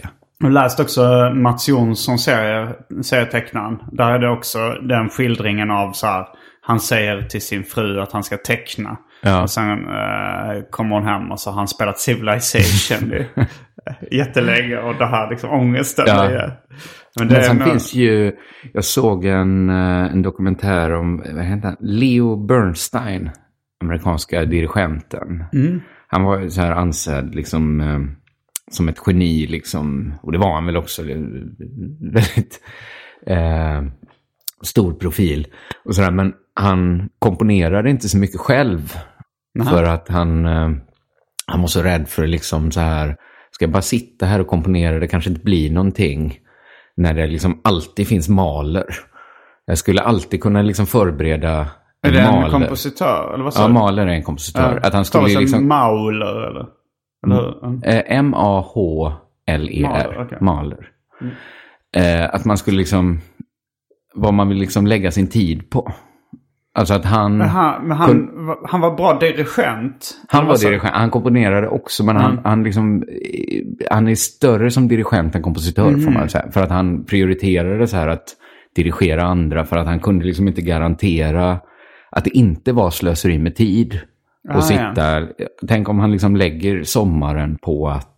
Jag läste också Mats Jonsson serie, serietecknaren. Där är det också den skildringen av så här. Han säger till sin fru att han ska teckna. Ja. Och sen uh, kommer hon hem och så har han spelat Civilization i jättelänge. Och det här liksom ångesten. Ja. Men, det Men sen nog... finns ju, jag såg en, en dokumentär om, vad heter han? Leo Bernstein, amerikanska dirigenten. Mm. Han var så här ansedd liksom eh, som ett geni liksom. Och det var han väl också, väldigt eh, stor profil. Och sådär, men han komponerade inte så mycket själv. Naha. För att han, eh, han var så rädd för liksom så här, ska jag bara sitta här och komponera, det kanske inte blir någonting. När det liksom alltid finns maler. Jag skulle alltid kunna liksom förbereda en Är det maler. En kompositör? Eller vad ja, maler är en kompositör. Ja. Att han skulle liksom... Mauler eller? eller? Mm. M A H L E R. Maler. Okay. Maler. Mm. Eh, att man skulle liksom... Vad man vill liksom lägga sin tid på. Alltså att han... Men han, men han, kun... han var bra dirigent. Han var dirigent. Han komponerade också. Men mm. han, han, liksom, han är större som dirigent än kompositör mm. får man säga. För att han prioriterade så här att dirigera andra. För att han kunde liksom inte garantera att det inte var slöseri med tid. Och ah, sitta... Ja. Tänk om han liksom lägger sommaren på att,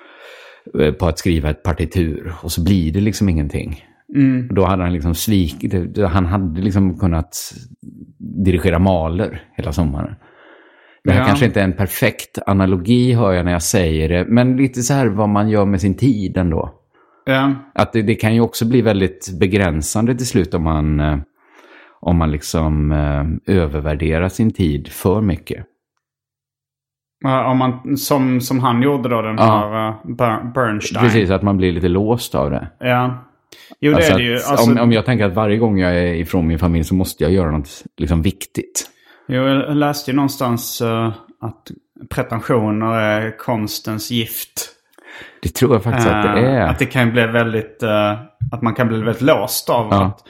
på att skriva ett partitur. Och så blir det liksom ingenting. Mm. Då hade han liksom svikit, han hade liksom kunnat dirigera Mahler hela sommaren. Det här ja. Kanske inte är en perfekt analogi, hör jag när jag säger det, men lite så här vad man gör med sin tid ändå. Ja. Att det, det kan ju också bli väldigt begränsande till slut om man om man liksom eh, övervärderar sin tid för mycket. Om man, som, som han gjorde då, den ja. här uh, Bernstein. Precis, att man blir lite låst av det. Ja. Jo, det alltså är det ju. Alltså, om, om jag tänker att varje gång jag är ifrån min familj så måste jag göra något liksom viktigt. Jo, jag läste ju någonstans uh, att pretensioner är konstens gift. Det tror jag faktiskt uh, att det är. Att det kan bli väldigt, uh, att man kan bli väldigt låst av, ja. att,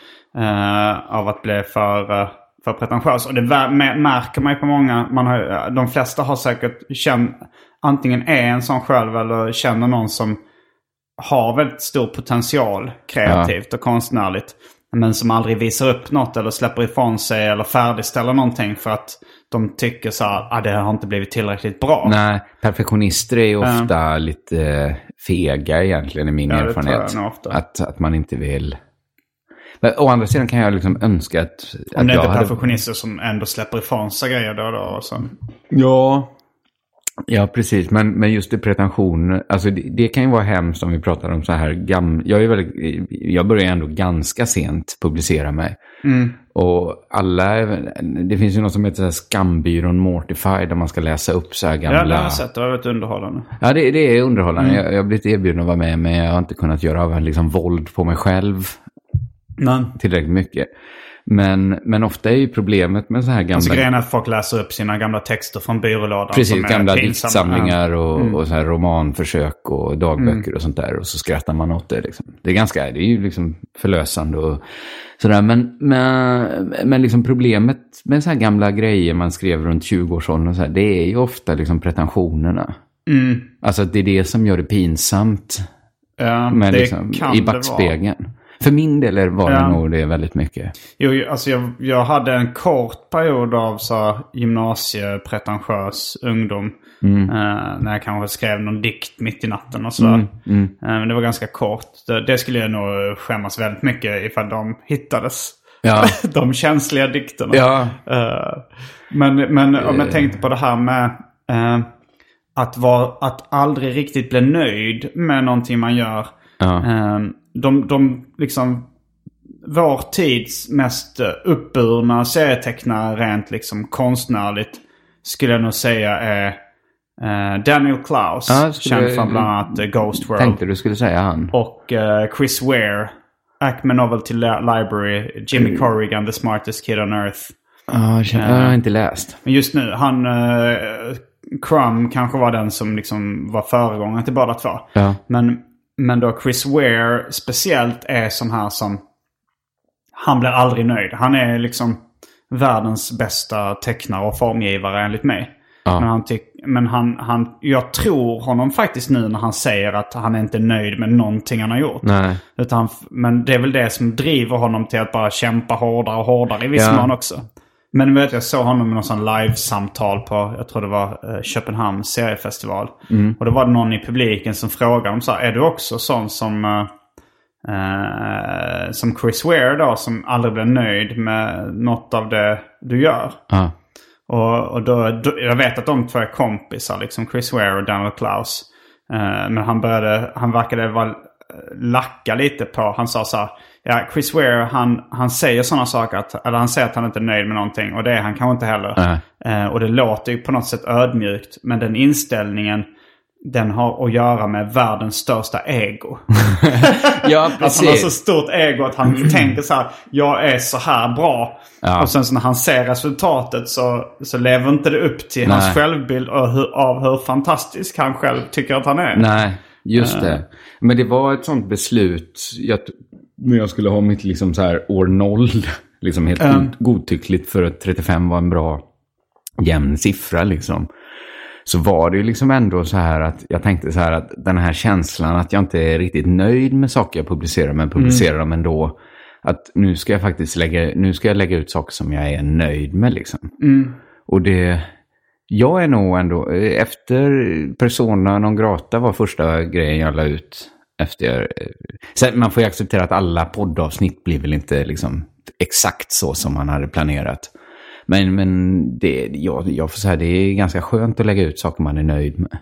uh, av att bli för, uh, för pretentiös. Och det märker man ju på många, man har, de flesta har säkert känt, antingen är en sån själv eller känner någon som har väldigt stor potential kreativt ja. och konstnärligt. Men som aldrig visar upp något eller släpper ifrån sig eller färdigställer någonting för att de tycker så här, ah, det har inte blivit tillräckligt bra. Nej, perfektionister är ju ofta uh. lite fega egentligen i min ja, erfarenhet. Att, att man inte vill... Men å andra sidan kan jag liksom önska att... Om att det är jag inte hade... perfektionister som ändå släpper ifrån sig grejer då och då. Och så. Ja... Ja, precis. Men, men just det, pretension, alltså det, det kan ju vara hemskt om vi pratar om så här gam... Jag är väldigt, jag börjar ändå ganska sent publicera mig. Mm. Och alla, det finns ju något som heter så här skambyrån Mortify där man ska läsa upp så här gamla... Ja, det har jag sett. Det har varit underhållande. Ja, det, det är underhållande. Mm. Jag, jag har blivit erbjuden att vara med, men jag har inte kunnat göra liksom våld på mig själv. Nej. Tillräckligt mycket. Men, men ofta är ju problemet med så här gamla... Alltså grejen är att folk läser upp sina gamla texter från byrålådan. Precis, gamla diktsamlingar och, mm. och så här romanförsök och dagböcker mm. och sånt där. Och så skrattar man åt det liksom. Det är ganska, det är ju liksom förlösande och sådär. Men, men, men liksom problemet med så här gamla grejer man skrev runt tjugo-årsåldern och så här, det är ju ofta liksom pretensionerna. Mm. Alltså det är det som gör det pinsamt. Ja, men det liksom, kan i backspegeln. För min del var det ja. nog det väldigt mycket. Jo, alltså jag, jag hade en kort period av så gymnasiepretentiös ungdom. Mm. Eh, när jag kanske skrev någon dikt mitt i natten och sådär. Mm. Mm. Eh, men det var ganska kort. Det, det skulle jag nog skämmas väldigt mycket ifall de hittades. Ja. De känsliga dikterna. Ja. Eh, men men om jag tänkte på det här med... Eh, att, vara, att aldrig riktigt bli nöjd med någonting man gör. Ja. Eh, De, de liksom vår tids mest uppburna serietecknare rent liksom konstnärligt skulle jag nog säga är uh, Daniel Klaus, ja, känd från bland annat uh, Ghost World. Tänkte du skulle säga han. Och uh, Chris Ware, Acme Novelty Library, Jimmy Corrigan, The Smartest Kid on Earth. Ja, jag har uh, inte läst. Men just nu, han uh, Crumb kanske var den som liksom var föregångaren till båda två. Ja. Men Men då Chris Ware speciellt är sån här som... Han blir aldrig nöjd. Han är liksom världens bästa tecknare och formgivare enligt mig. Ja. Men, han tyck, men han, han, jag tror honom faktiskt nu när han säger att han är inte nöjd med någonting han har gjort. Nej. Utan han, men det är väl det som driver honom till att bara kämpa hårdare och hårdare i viss ja. mån också. Men vet jag såg honom med någon sån live-samtal på, jag tror det var eh, Köpenhamns seriefestival. Mm. Och då var det någon i publiken som frågade om så här, är du också sån som... Eh, Uh, som Chris Ware då, som aldrig blev nöjd med något av det du gör. Uh. Och, och då, då, jag vet att de två är kompisar, liksom Chris Ware och Daniel Klaus. Uh, men han började, han verkade vara lacka lite på, han sa så här, ja, Chris Ware, han, han säger sådana saker, att, eller han säger att han inte är nöjd med någonting, och det är han kanske inte heller. Uh. Uh, och det låter ju på något sätt ödmjukt, men den inställningen, den har att göra med världens största ego. Ja, precis. Att han har så stort ego att han tänker så här, jag är så här bra. Ja. Och sen så när han ser resultatet så, så lever inte det upp till Nej. hans självbild av hur, av hur fantastisk han själv tycker att han är. Nej, just det. Men det var ett sånt beslut. Jag, när jag skulle ha mitt liksom så här år noll, liksom helt mm. god, godtyckligt, för att trettiofem var en bra jämn siffra liksom. Så var det ju liksom ändå så här att jag tänkte så här att den här känslan att jag inte är riktigt nöjd med saker jag publicerar, men publicerar mm. dem ändå. Att nu ska jag faktiskt lägga, nu ska jag lägga ut saker som jag är nöjd med liksom. Mm. Och det, jag är nog ändå, efter Persona non grata var första grejen jag la ut efter. Sen, man får ju acceptera att alla poddavsnitt blir väl inte liksom exakt så som man hade planerat. Men, men det, jag, jag får säga, det är ganska skönt att lägga ut saker man är nöjd med.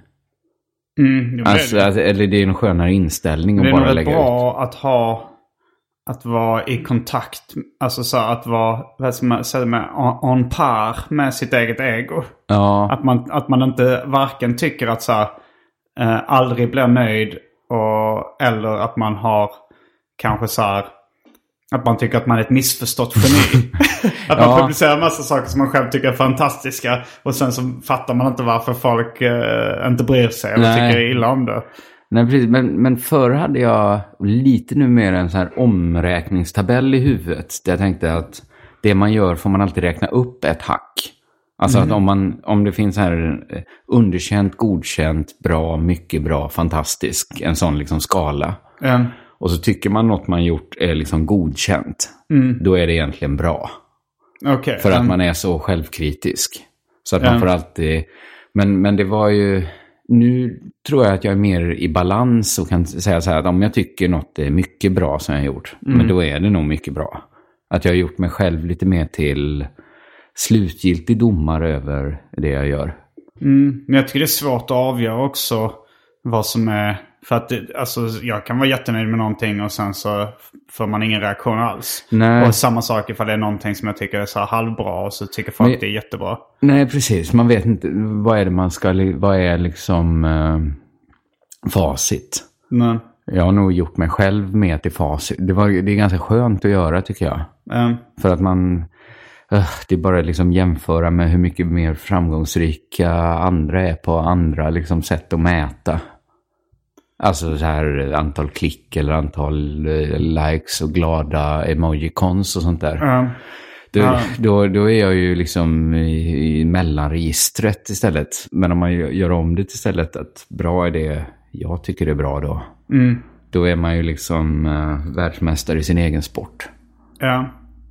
Mm, det alltså, det. Alltså, eller det är en skönare inställning att bara lägga ut. Det är bra att ha, att vara i kontakt, alltså så att vara, vad ska man säga, med on par med sitt eget ego. Ja. Att man, att man inte varken tycker att så här, eh, aldrig blir nöjd, och, eller att man har kanske så här, att man tycker att man är ett missförstått geni. Att man ja. publicerar en massa saker som man själv tycker är fantastiska, och sen så fattar man inte varför folk eh, inte bryr sig eller Nej. tycker illa om det. Nej, precis. Men, men förr hade jag lite nu mer en så här omräkningstabell i huvudet. Där jag tänkte att det man gör får man alltid räkna upp ett hack. Alltså mm. att om, man, om det finns här underkänt, godkänt, bra, mycket bra, fantastisk, en sån liksom skala. Mm. Och så tycker man något man gjort är liksom godkänt. Mm. Då är det egentligen bra. Okay, För um, att man är så självkritisk. Så att um, man får alltid... Men, men det var ju... Nu tror jag att jag är mer i balans och kan säga så här att om jag tycker något är mycket bra som jag har gjort. Mm. Men då är det nog mycket bra. Att jag har gjort mig själv lite mer till slutgiltig domare över det jag gör. Mm, men jag tycker det är svårt att avgöra också vad som är... För att det, alltså, jag kan vara jättenöjd med någonting och sen så får man ingen reaktion alls. Nej. Och samma sak ifall det är någonting som jag tycker är så här halvbra och så tycker folk Men, det är jättebra. Nej, precis. Man vet inte, vad är det man ska, vad är liksom uh, facit? Nej. Jag har nog gjort mig själv med till facit. Det, var, det är ganska skönt att göra, tycker jag. Mm. För att man, uh, det är bara liksom jämföra med hur mycket mer framgångsrika andra är på andra liksom sätt att mäta. Alltså så här antal klick eller antal eh, likes och glada emojicons och sånt där. Mm. Då, mm. då, då är jag ju liksom i, i mellanregistret istället. Men om man gör om det istället att bra är det jag tycker det är bra då. Mm. Då är man ju liksom uh, världsmästare i sin egen sport. Ja.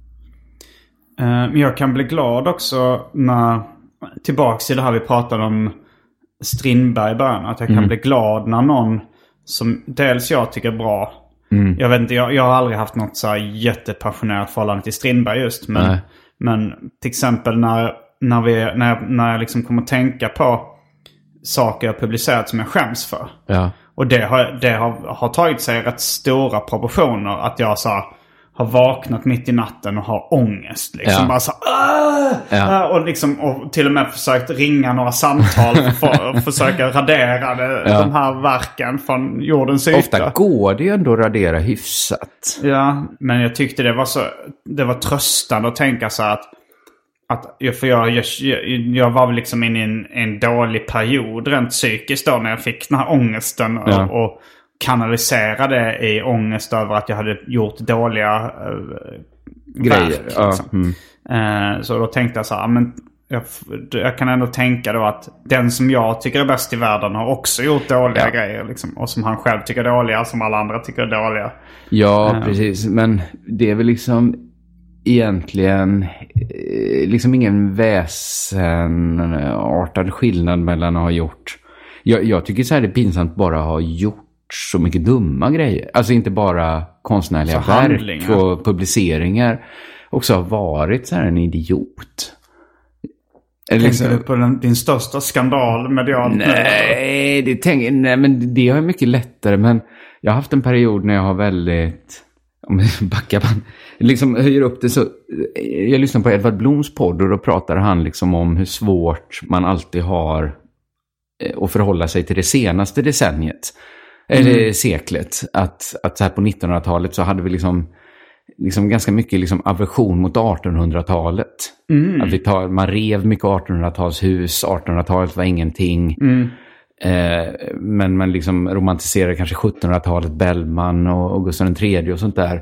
Uh, men jag kan bli glad också när, tillbaks till det här vi pratade om Strindberg i början, att jag kan mm. bli glad när någon som dels jag tycker är bra. Mm. Jag vet inte, jag, jag har aldrig haft något så här jättepassionerat förhållande till Strindberg just. Men, men till exempel när, när, vi, när, jag, när jag liksom kommer att tänka på saker jag publicerat som jag skäms för. Ja. Och det, har, det har, har tagit sig rätt stora proportioner. Att jag så här, har vaknat mitt i natten och har ångest. Liksom ja. bara så ja. och, liksom, och till och med försökt ringa några samtal för att försöka radera det, ja. de här verken från jordens yta. Ofta går det ju ändå att radera hyfsat. Ja, men jag tyckte det var så, det var tröstande att tänka så att, att för jag, jag, jag var väl liksom in i en, en dålig period rent psykiskt då när jag fick den här ångesten ja. och, och kanaliserade i ångest över att jag hade gjort dåliga äh, grejer. Verk, liksom. Ja. Mm. Uh, så då tänkte jag så här, men jag, jag kan ändå tänka då att den som jag tycker är bäst i världen har också gjort dåliga ja. grejer. Liksom, och som han själv tycker är dåliga, som alla andra tycker är dåliga. Ja, uh. precis. Men det är väl liksom egentligen liksom ingen väsenartad skillnad mellan att ha gjort. Jag, jag tycker så här det är pinsamt bara ha gjort så mycket dumma grejer. Alltså inte bara konstnärliga verk och publiceringar. Också har varit så här en idiot. Tänker liksom, du på den, din största skandal medialt? Nej, det, tänk, nej, men det har mycket lättare. Men jag har haft en period när jag har väldigt... Om jag backar man, liksom höjer upp det så... Jag lyssnar på Edvard Bloms podd och då pratar han liksom om hur svårt man alltid har att förhålla sig till det senaste decenniet. Mm. Eller seklet. Att, att så här på nittonhundratalet så hade vi liksom... liksom ganska mycket liksom aversion mot artonhundratalet. Mm. Att vi tar, man rev mycket artonhundratalshus, artonhundratalet var ingenting. Mm. Eh, men man liksom romantiserar kanske sjuttonhundratalet, Bellman och, och Gustav den tredje och sånt där.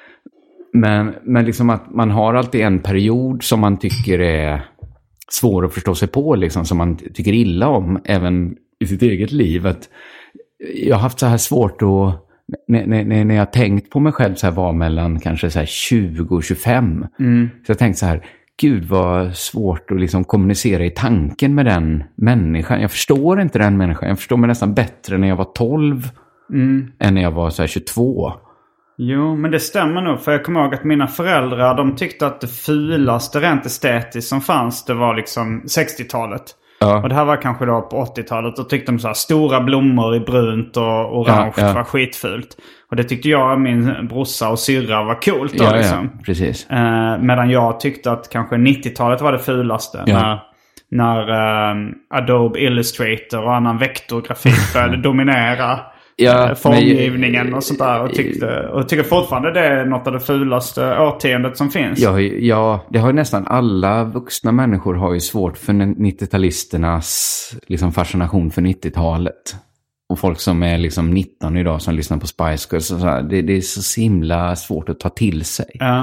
Men, men liksom att man har alltid en period som man tycker är svår att förstå sig på, liksom, som man tycker illa om, även i sitt eget liv. Att jag har haft så här svårt att När, när, när jag tänkt på mig själv så här var mellan kanske så här tjugo och tjugofem. Mm. Så jag tänkte så här, gud vad svårt att liksom kommunicera i tanken med den människan. Jag förstår inte den människan. Jag förstår mig nästan bättre när jag var tolv mm. än när jag var så här tjugotvå. Jo, men det stämmer nog. För jag kommer ihåg att mina föräldrar, de tyckte att det fulaste rent estetiskt som fanns, det var liksom sextiotalet. Ja. Och det här var kanske då på åttiotalet. Och tyckte de så här stora blommor i brunt och orange ja, ja. var skitfult. Och det tyckte jag och min brorsa och syrra var coolt då, ja, liksom. Ja, precis. Eh, medan jag tyckte att kanske nittiotalet var det fulaste. Ja. När, när eh, Adobe Illustrator och annan vektorgrafik började dominera ja, formgivningen och sånt där. Och tyckte, och tycker fortfarande det är något av det fulaste årtiondet som finns. Ja, ja, det har ju nästan alla vuxna människor har ju svårt för nittio-talisternas liksom fascination för nittiotalet. Och folk som är liksom nitton idag som lyssnar på Spice Girls och så här, det, det är så himla svårt att ta till sig. Ja.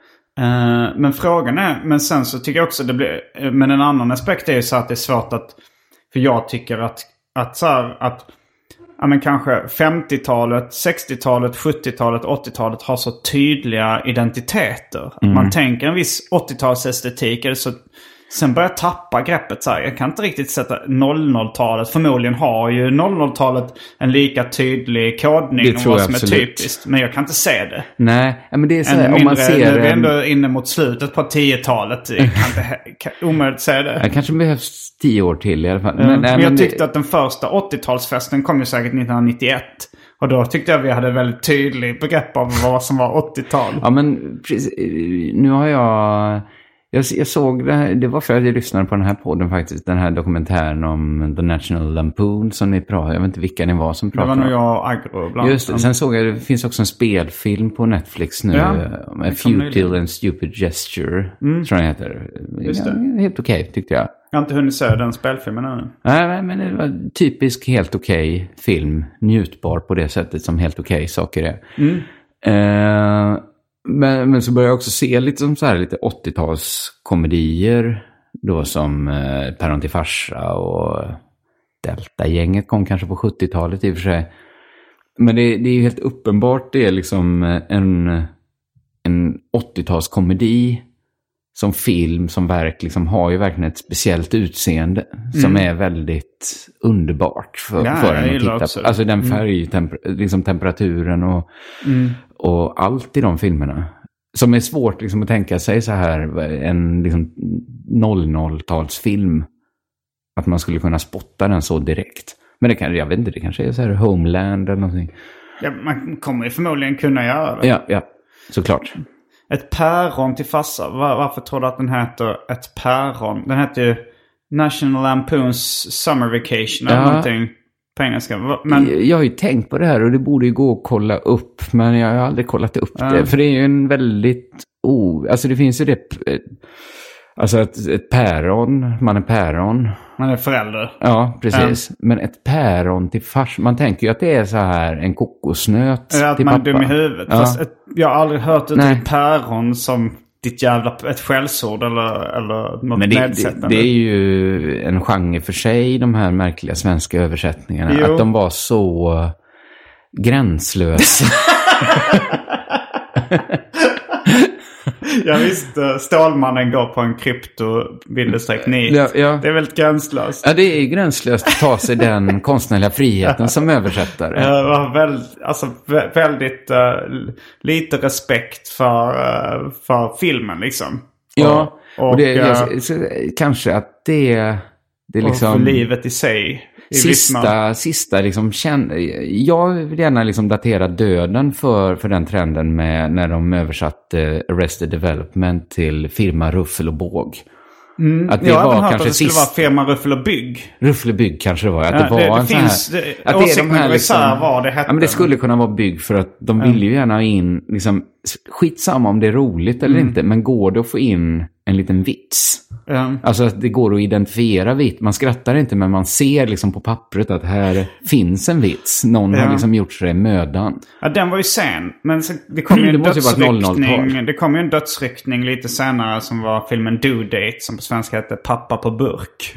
Uh, men frågan är, men sen så tycker jag också det blir, men en annan aspekt är ju så att det är svårt att, för jag tycker att, att så här, att ja, men kanske femtiotalet, sextiotalet, sjuttiotalet, åttiotalet har så tydliga identiteter. Mm. Man tänker en viss åttiotalsestetik eller så, sen börjar jag tappa greppet så här. Jag kan inte riktigt sätta noll noll-talet. Förmodligen har ju noll noll-talet en lika tydlig kodning om vad som absolut. är typiskt. Men jag kan inte se det. Nej, men det är så här, mindre, om man ser... Nu är vi ändå inne mot slutet på tiotalet. Jag kan inte kan, omöjligt se det. Det kanske behövs tio år till i alla fall. Ja, men, nej, men jag men tyckte det... att den första åttiotalsfesten kom ju säkert nittonhundranittioett. Och då tyckte jag vi hade väldigt tydlig begrepp om vad som var åttiotal. Ja, men precis, nu har jag... Jag, jag såg det här, det var för att jag lyssnade på den här podden faktiskt, den här dokumentären om The National Lampoon som ni pratade, jag vet inte vilka ni var som pratade. Det var nog jag och Agro bland. Just det, sen såg jag, det finns också en spelfilm på Netflix nu, ja, A Futile and Stupid Gesture, mm. tror jag den heter. Just det. Ja, helt okej, okay, tyckte jag. Jag har inte hunnit se den spelfilmen ännu. Nej, men det var typisk helt okej okay film, njutbar på det sättet som helt okej okay saker är. Mm. Eh... Men, men så börjar jag också se lite som så här lite åttiotalskomedier då som eh, Päron till farsa och Delta-gänget kom kanske på sjuttiotalet i och för sig. Men det, det är ju helt uppenbart det är liksom en, en åttiotalskomedi som film, som verk liksom har ju verkligen ett speciellt utseende mm. som är väldigt underbart för, ja, för en att titta också. På. Alltså den färg, mm. temper, liksom temperaturen och, mm. och allt i de filmerna. Som är svårt liksom att tänka sig så här en liksom noll noll-talsfilm. Att man skulle kunna spotta den så direkt. Men det kan, jag vet inte, det kanske är så här Homeland eller någonting. Ja, man kommer ju förmodligen kunna göra det. Ja, ja, såklart. Ett päron till farsa. Var, varför tror du att den heter ett päron? Den heter ju National Lampoon's Summer Vacation eller ja. någonting på engelska. Men... Jag har ju tänkt på det här och det borde ju gå att kolla upp. Men jag har aldrig kollat upp ja. det. För det är ju en väldigt... Oh, alltså det finns ju det... Alltså ett, ett päron, man är päron. Man är förälder. Ja, precis. Ja. Men ett päron till fars, man tänker ju att det är så här en kokosnöt ja, att till man pappa. Är dum i huvudet. Ja. Fast ett, jag har aldrig hört ett Nej. päron som ditt jävla ett skällsord eller, eller något Men det, nedsättande. Det, det är ju en genre för sig, de här märkliga svenska översättningarna. Jo. Att de var så gränslösa. Jag visste, Stålmannen går på en krypto-nit. Ja, ja. Det är väldigt gränslöst. Ja, det är gränslöst att ta sig den konstnärliga friheten som översättare. Jag har väldigt, alltså, vä- väldigt uh, lite respekt för, uh, för filmen liksom. Ja, och, och det uh, jag, så, kanske att det, det är liksom... Och för livet i sig. I Sista, sista liksom, känn, jag vill gärna liksom datera döden för, för den trenden med när de översatte Arrested Development till firma Ruffel och Båg. Mm, att det jag har var även hört kanske att det skulle sist... vara firma Ruffel och Bygg. Ruffel och Bygg kanske det var. Att ja, det var det, det en finns, så här, det, att det är de här liksom, vad det hette. Ja, men det skulle kunna vara Bygg för att de vill ju gärna ha in liksom, skitsamma om det är roligt eller mm. inte, men går det att få in en liten vits? Mm. Alltså att det går att identifiera vits. Man skrattar inte, men man ser liksom på pappret att här finns en vits. Någon ja. har liksom gjort sig mödan. Ja, den var ju sen. Men så, det kom ju en det dödsryckning. Det kom ju en dödsryckning lite senare som var filmen Due Date, som på svenska hette Pappa på burk.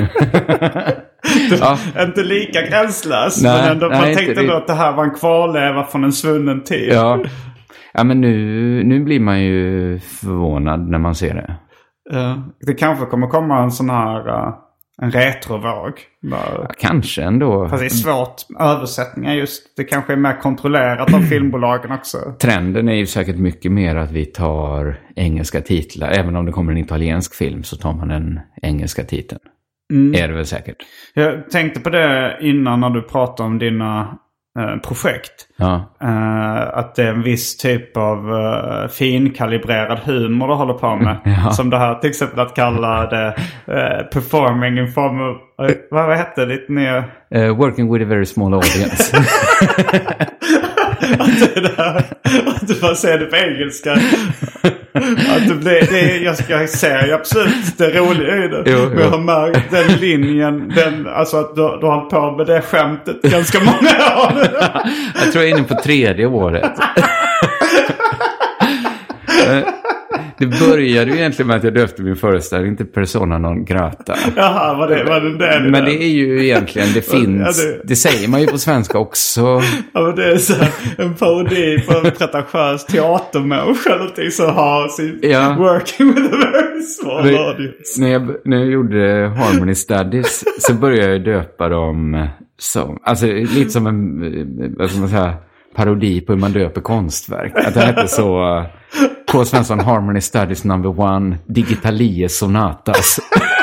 ja. Inte lika gränslös. Nej, men ändå, nej, man tänkte då att det här var en kvarleva från en svunnen tid. Ja, ja men nu, nu blir man ju förvånad när man ser det. Uh, det kanske kommer komma en sån här uh, en retrovåg. Ja, kanske ändå. Fast det är svårt. Översättningar just. Det kanske är mer kontrollerat av filmbolagen också. Trenden är ju säkert mycket mer att vi tar engelska titlar. Även om det kommer en italiensk film så tar man den engelska titeln. Mm. Är det väl säkert. Jag tänkte på det innan när du pratade om dina eh, projekt. Ja. Uh, att det är en viss typ av uh, finkalibrerad humor du håller på med. Ja. Som det här till exempel att kalla det uh, performing in form of, uh, vad, vad hette det? Nya... Uh, working with a very small audience. att det där, att du bara säger det på engelska. Att det blir, det är, jag, jag ser ju absolut det roliga i det. Jo, jo. Men jag har märkt den linjen, den, alltså att du, du har hållit på med det skämtet ganska många år. Jag tror jag är inne på tredje året. Det började ju egentligen med att jag döpte min föreställning till Persona non grata. Jaha, vad det var det där? Men det är ju egentligen, det finns, ja, det... det säger man ju på svenska också. Ja, men det är så här, en parodi på en pretentiös teatermänniska eller någonting som har sin ja. working with a very small audience. När jag, när jag gjorde Harmony Studies så började jag döpa dem som, alltså lite som en, vad ska man säga, parodi på hur man döper konstverk. Att det hette så K. Svensson Harmony Studies number one Digitalie Sonatas.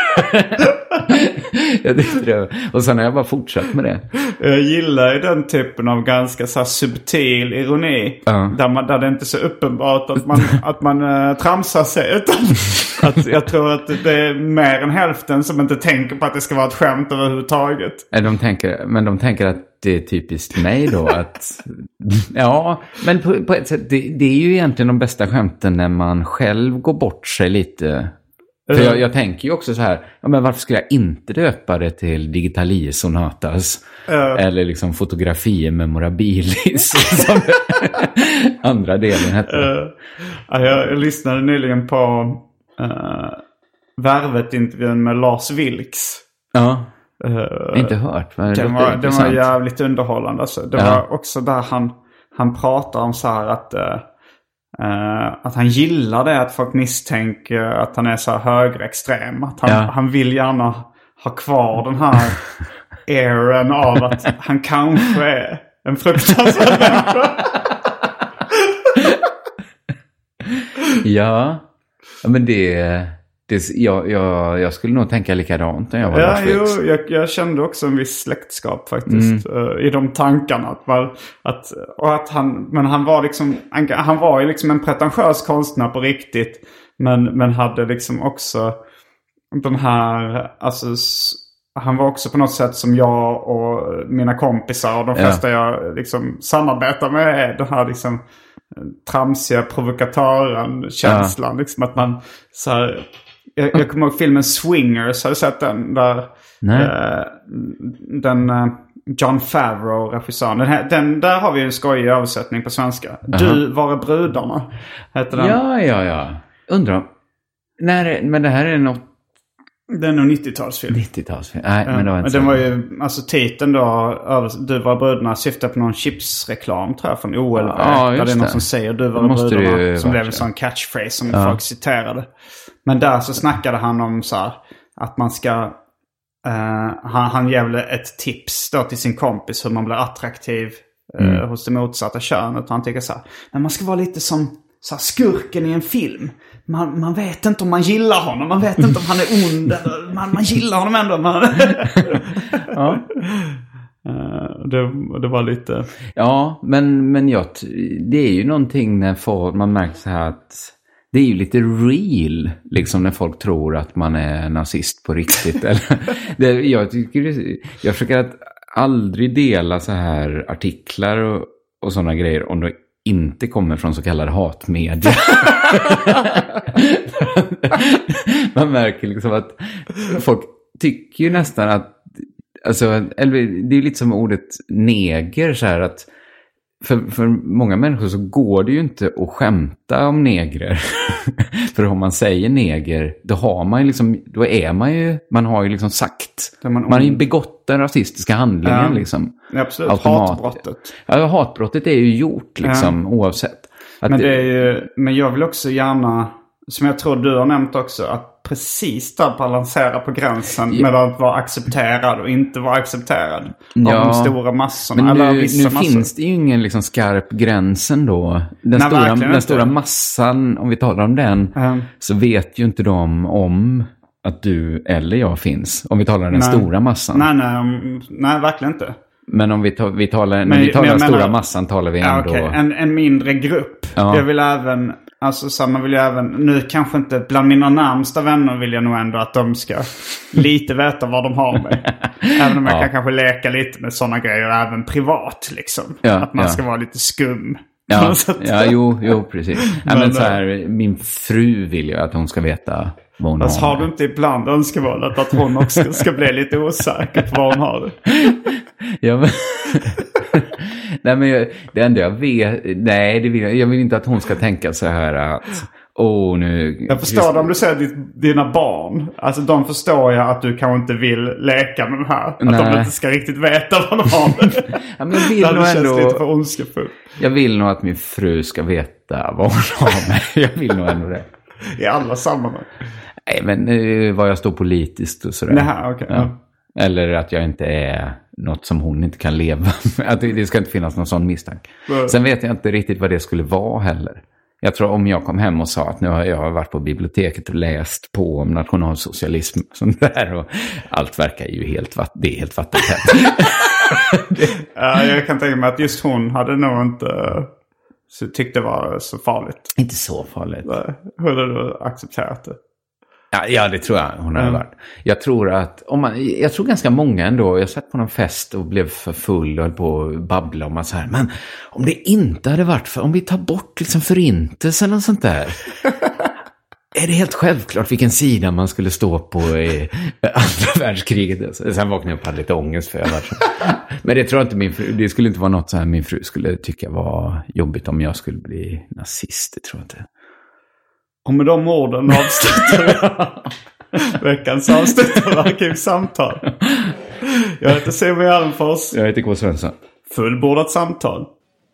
Jag det. Och sen har jag bara fortsatt med det. Jag gillar ju den typen av ganska så här subtil ironi. Uh. Där, man, där det inte är så uppenbart att man, att man uh, tramsar sig. Utan att jag tror att det är mer än hälften som inte tänker på att det ska vara ett skämt överhuvudtaget. De tänker, men de tänker att det är typiskt mig då. Att, ja, men på, på ett sätt, det, det är ju egentligen de bästa skämten när man själv går bort sig lite. För jag, jag tänker ju också så här, ja, men varför skulle jag inte döpa det till Digitalie Sonatas? Uh. Eller liksom Fotografie Memorabilis som andra delen hette. Uh. Ja, jag, jag lyssnade nyligen på uh, Värvet-intervjun med Lars Vilks. Ja, uh, jag har inte hört. Det den, var, den var jävligt underhållande. Alltså. Det ja. var också där han, han pratar om så här att... Uh, Uh, att han gillar det att folk misstänker att han är så här högerextrem. Att han, ja. han vill gärna ha kvar den här airen av att han kanske är en fruktansvärd människa. Ja, men det, det jag, jag, jag skulle nog tänka likadant när jag var ja, jo, jag, jag kände också en viss släktskap faktiskt mm. uh, i de tankarna. Att, man, att, och att han, men han var liksom, han, han var ju liksom en pretentiös konstnär på riktigt. Men, men hade liksom också den här, alltså han var också på något sätt som jag och mina kompisar och de flesta ja. jag liksom samarbetar med, den här liksom tramsiga provokatören känslan. Ja. Liksom att man så här, jag, jag kommer ihåg filmen Swingers, har du sett den? Där, eh, den eh, John Favreau, regissören. Den, här, den där har vi en skojig översättning på svenska. Uh-huh. Du var brudarna, heter den. Ja, ja, ja. undrar, när, men det här är något... Det är nog nittiotalsfilm. nittiotalsfilm, nej, ja, men det var inte den så. var ju, alltså titeln då, Du var bröderna, syftar på någon chipsreklam tror jag, från O L V. Ja, där det är någon det. som säger Du var bröderna, som blev en så. sån catchphrase som ja. folk citerade. Men där så snackade han om så här, att man ska, uh, han, han ger väl ett tips då till sin kompis hur man blir attraktiv uh, mm. hos det motsatta könet. Och han tycker så här, men man ska vara lite som så här, skurken i en film. Man, man vet inte om man gillar honom. Man vet inte om han är ond. Eller man, man gillar honom ändå. Man... ja. uh, det, det var lite... Ja, men, men jag, det är ju någonting när folk, man märker så här att det är ju lite real, liksom när folk tror att man är nazist på riktigt. Eller, det, jag, tycker det, jag försöker att aldrig dela så här artiklar och, och sådana grejer om det inte kommer från så kallade hatmedia. Man märker liksom att folk tycker ju nästan att, alltså, eller det är lite som ordet neger så här, att för, för många människor så går det ju inte att skämta om negrer. För om man säger neger, då har man ju liksom, då är man ju, man har ju liksom sagt, man, man har ju begått den rasistiska handlingen ja, liksom. Absolut, automat. Hatbrottet. Ja, hatbrottet är ju gjort liksom, ja. Oavsett. Att men, det är ju, men jag vill också gärna, som jag tror du har nämnt också, att precis där balansera på gränsen ja. Mellan att vara accepterad och inte vara accepterad ja. Av de stora massorna. Men eller nu, vissa nu massor. Finns det ju ingen liksom skarp gräns ändå. Den, Nej, stora, den stora massan, om vi talar om den, mm. så vet ju inte de om att du eller jag finns. Om vi talar om den nej. Stora massan. Nej, nej, nej, verkligen inte. Men om vi, ta, vi talar, men, när vi talar om den stora menar, massan talar vi ja, ändå... Okay. En, en mindre grupp. Ja. Jag vill även... Alltså så man vill ju även... Nu kanske inte bland mina närmsta vänner vill jag nog ändå att de ska lite veta vad de har med. Även om jag ja. Kan kanske leka lite med sådana grejer. Även privat liksom. Ja, att man ja. Ska vara lite skum. Ja, ja jo, jo, precis. Men, ja, men så här, min fru vill ju att hon ska veta vad hon alltså, har. Har du inte ibland önskemålet att hon också ska bli lite osäker på vad hon har? Ja, men... nej, men jag, det enda jag vet... Nej, det vill jag, jag vill inte att hon ska tänka så här att... Oh, nu... Jag förstår det om du säger ditt, dina barn. Alltså de förstår jag att du kanske inte vill leka med de här. Att nej. De inte ska riktigt veta vad de har. Ja, men jag vill nog ändå... lite för ondskefull. Jag vill nog att min fru ska veta vad hon har med. Jag vill nog ändå det. I alla sammanhang. Nej, men uh, vad jag står politiskt och sådär. Nej, okay, ja. Ja. Eller att jag inte är något som hon inte kan leva med. Att det ska inte finnas någon sån misstanke. Mm. Sen vet jag inte riktigt vad det skulle vara heller. Jag tror om jag kom hem och sa att nu har jag varit på biblioteket och läst på om nationalsocialism och sånt där. Och allt verkar ju helt, det är helt vattentätt. Ja, jag kan tänka mig att just hon hade nog inte så tyckte det var så farligt. Inte så farligt. Hur hade du accepterat det? Ja, ja, det tror jag hon har mm. varit. Jag tror att, om man, jag tror ganska många ändå, jag satt på någon fest och blev för full och höll på att babbla om att så här, men om det inte hade varit för, om vi tar bort liksom förintelsen och sånt där, är det helt självklart vilken sida man skulle stå på i andra världskriget. Sen vaknade jag upp och hade lite ångest för jag var så. Men det tror jag inte min fru, det skulle inte vara något så här min fru skulle tycka var jobbigt om jag skulle bli nazist, det tror jag inte. Och med de orden avslutar vi veckans avslut av Arkivsamtal. Jag heter Simon Allenfors. Jag heter K. Svensson. Fullbordat samtal.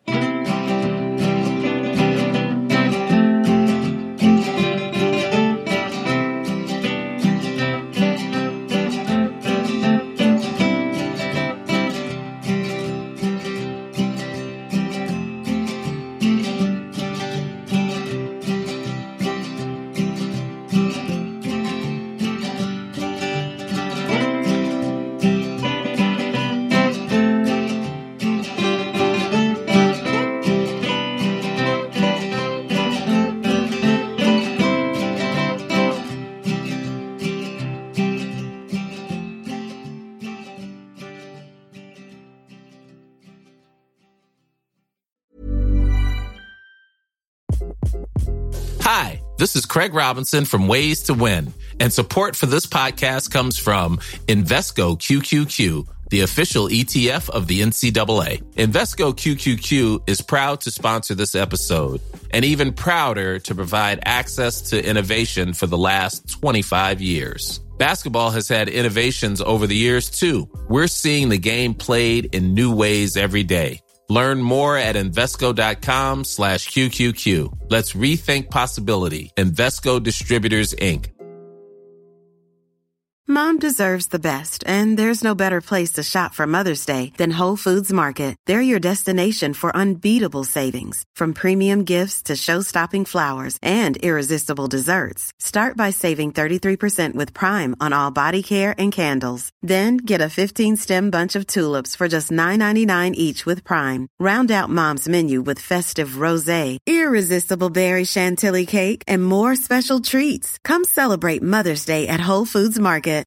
Hi, this is Craig Robinson from Ways to Win, and support for this podcast comes from Invesco Q Q Q, the official E T F of the N C double A. Invesco Q Q Q is proud to sponsor this episode, and even prouder to provide access to innovation for the last twenty-five years. Basketball has had innovations over the years, too. We're seeing the game played in new ways every day. Learn more at Invesco.com slash QQQ. Let's rethink possibility. Invesco Distributors, Incorporated. Mom deserves the best, and there's no better place to shop for Mother's Day than Whole Foods Market. They're your destination for unbeatable savings, from premium gifts to show-stopping flowers and irresistible desserts. Start by saving thirty-three percent with Prime on all body care and candles. Then get a fifteen-stem bunch of tulips for just nine ninety-nine each with Prime. Round out Mom's menu with festive rosé, irresistible berry chantilly cake, and more special treats. Come celebrate Mother's Day at Whole Foods Market.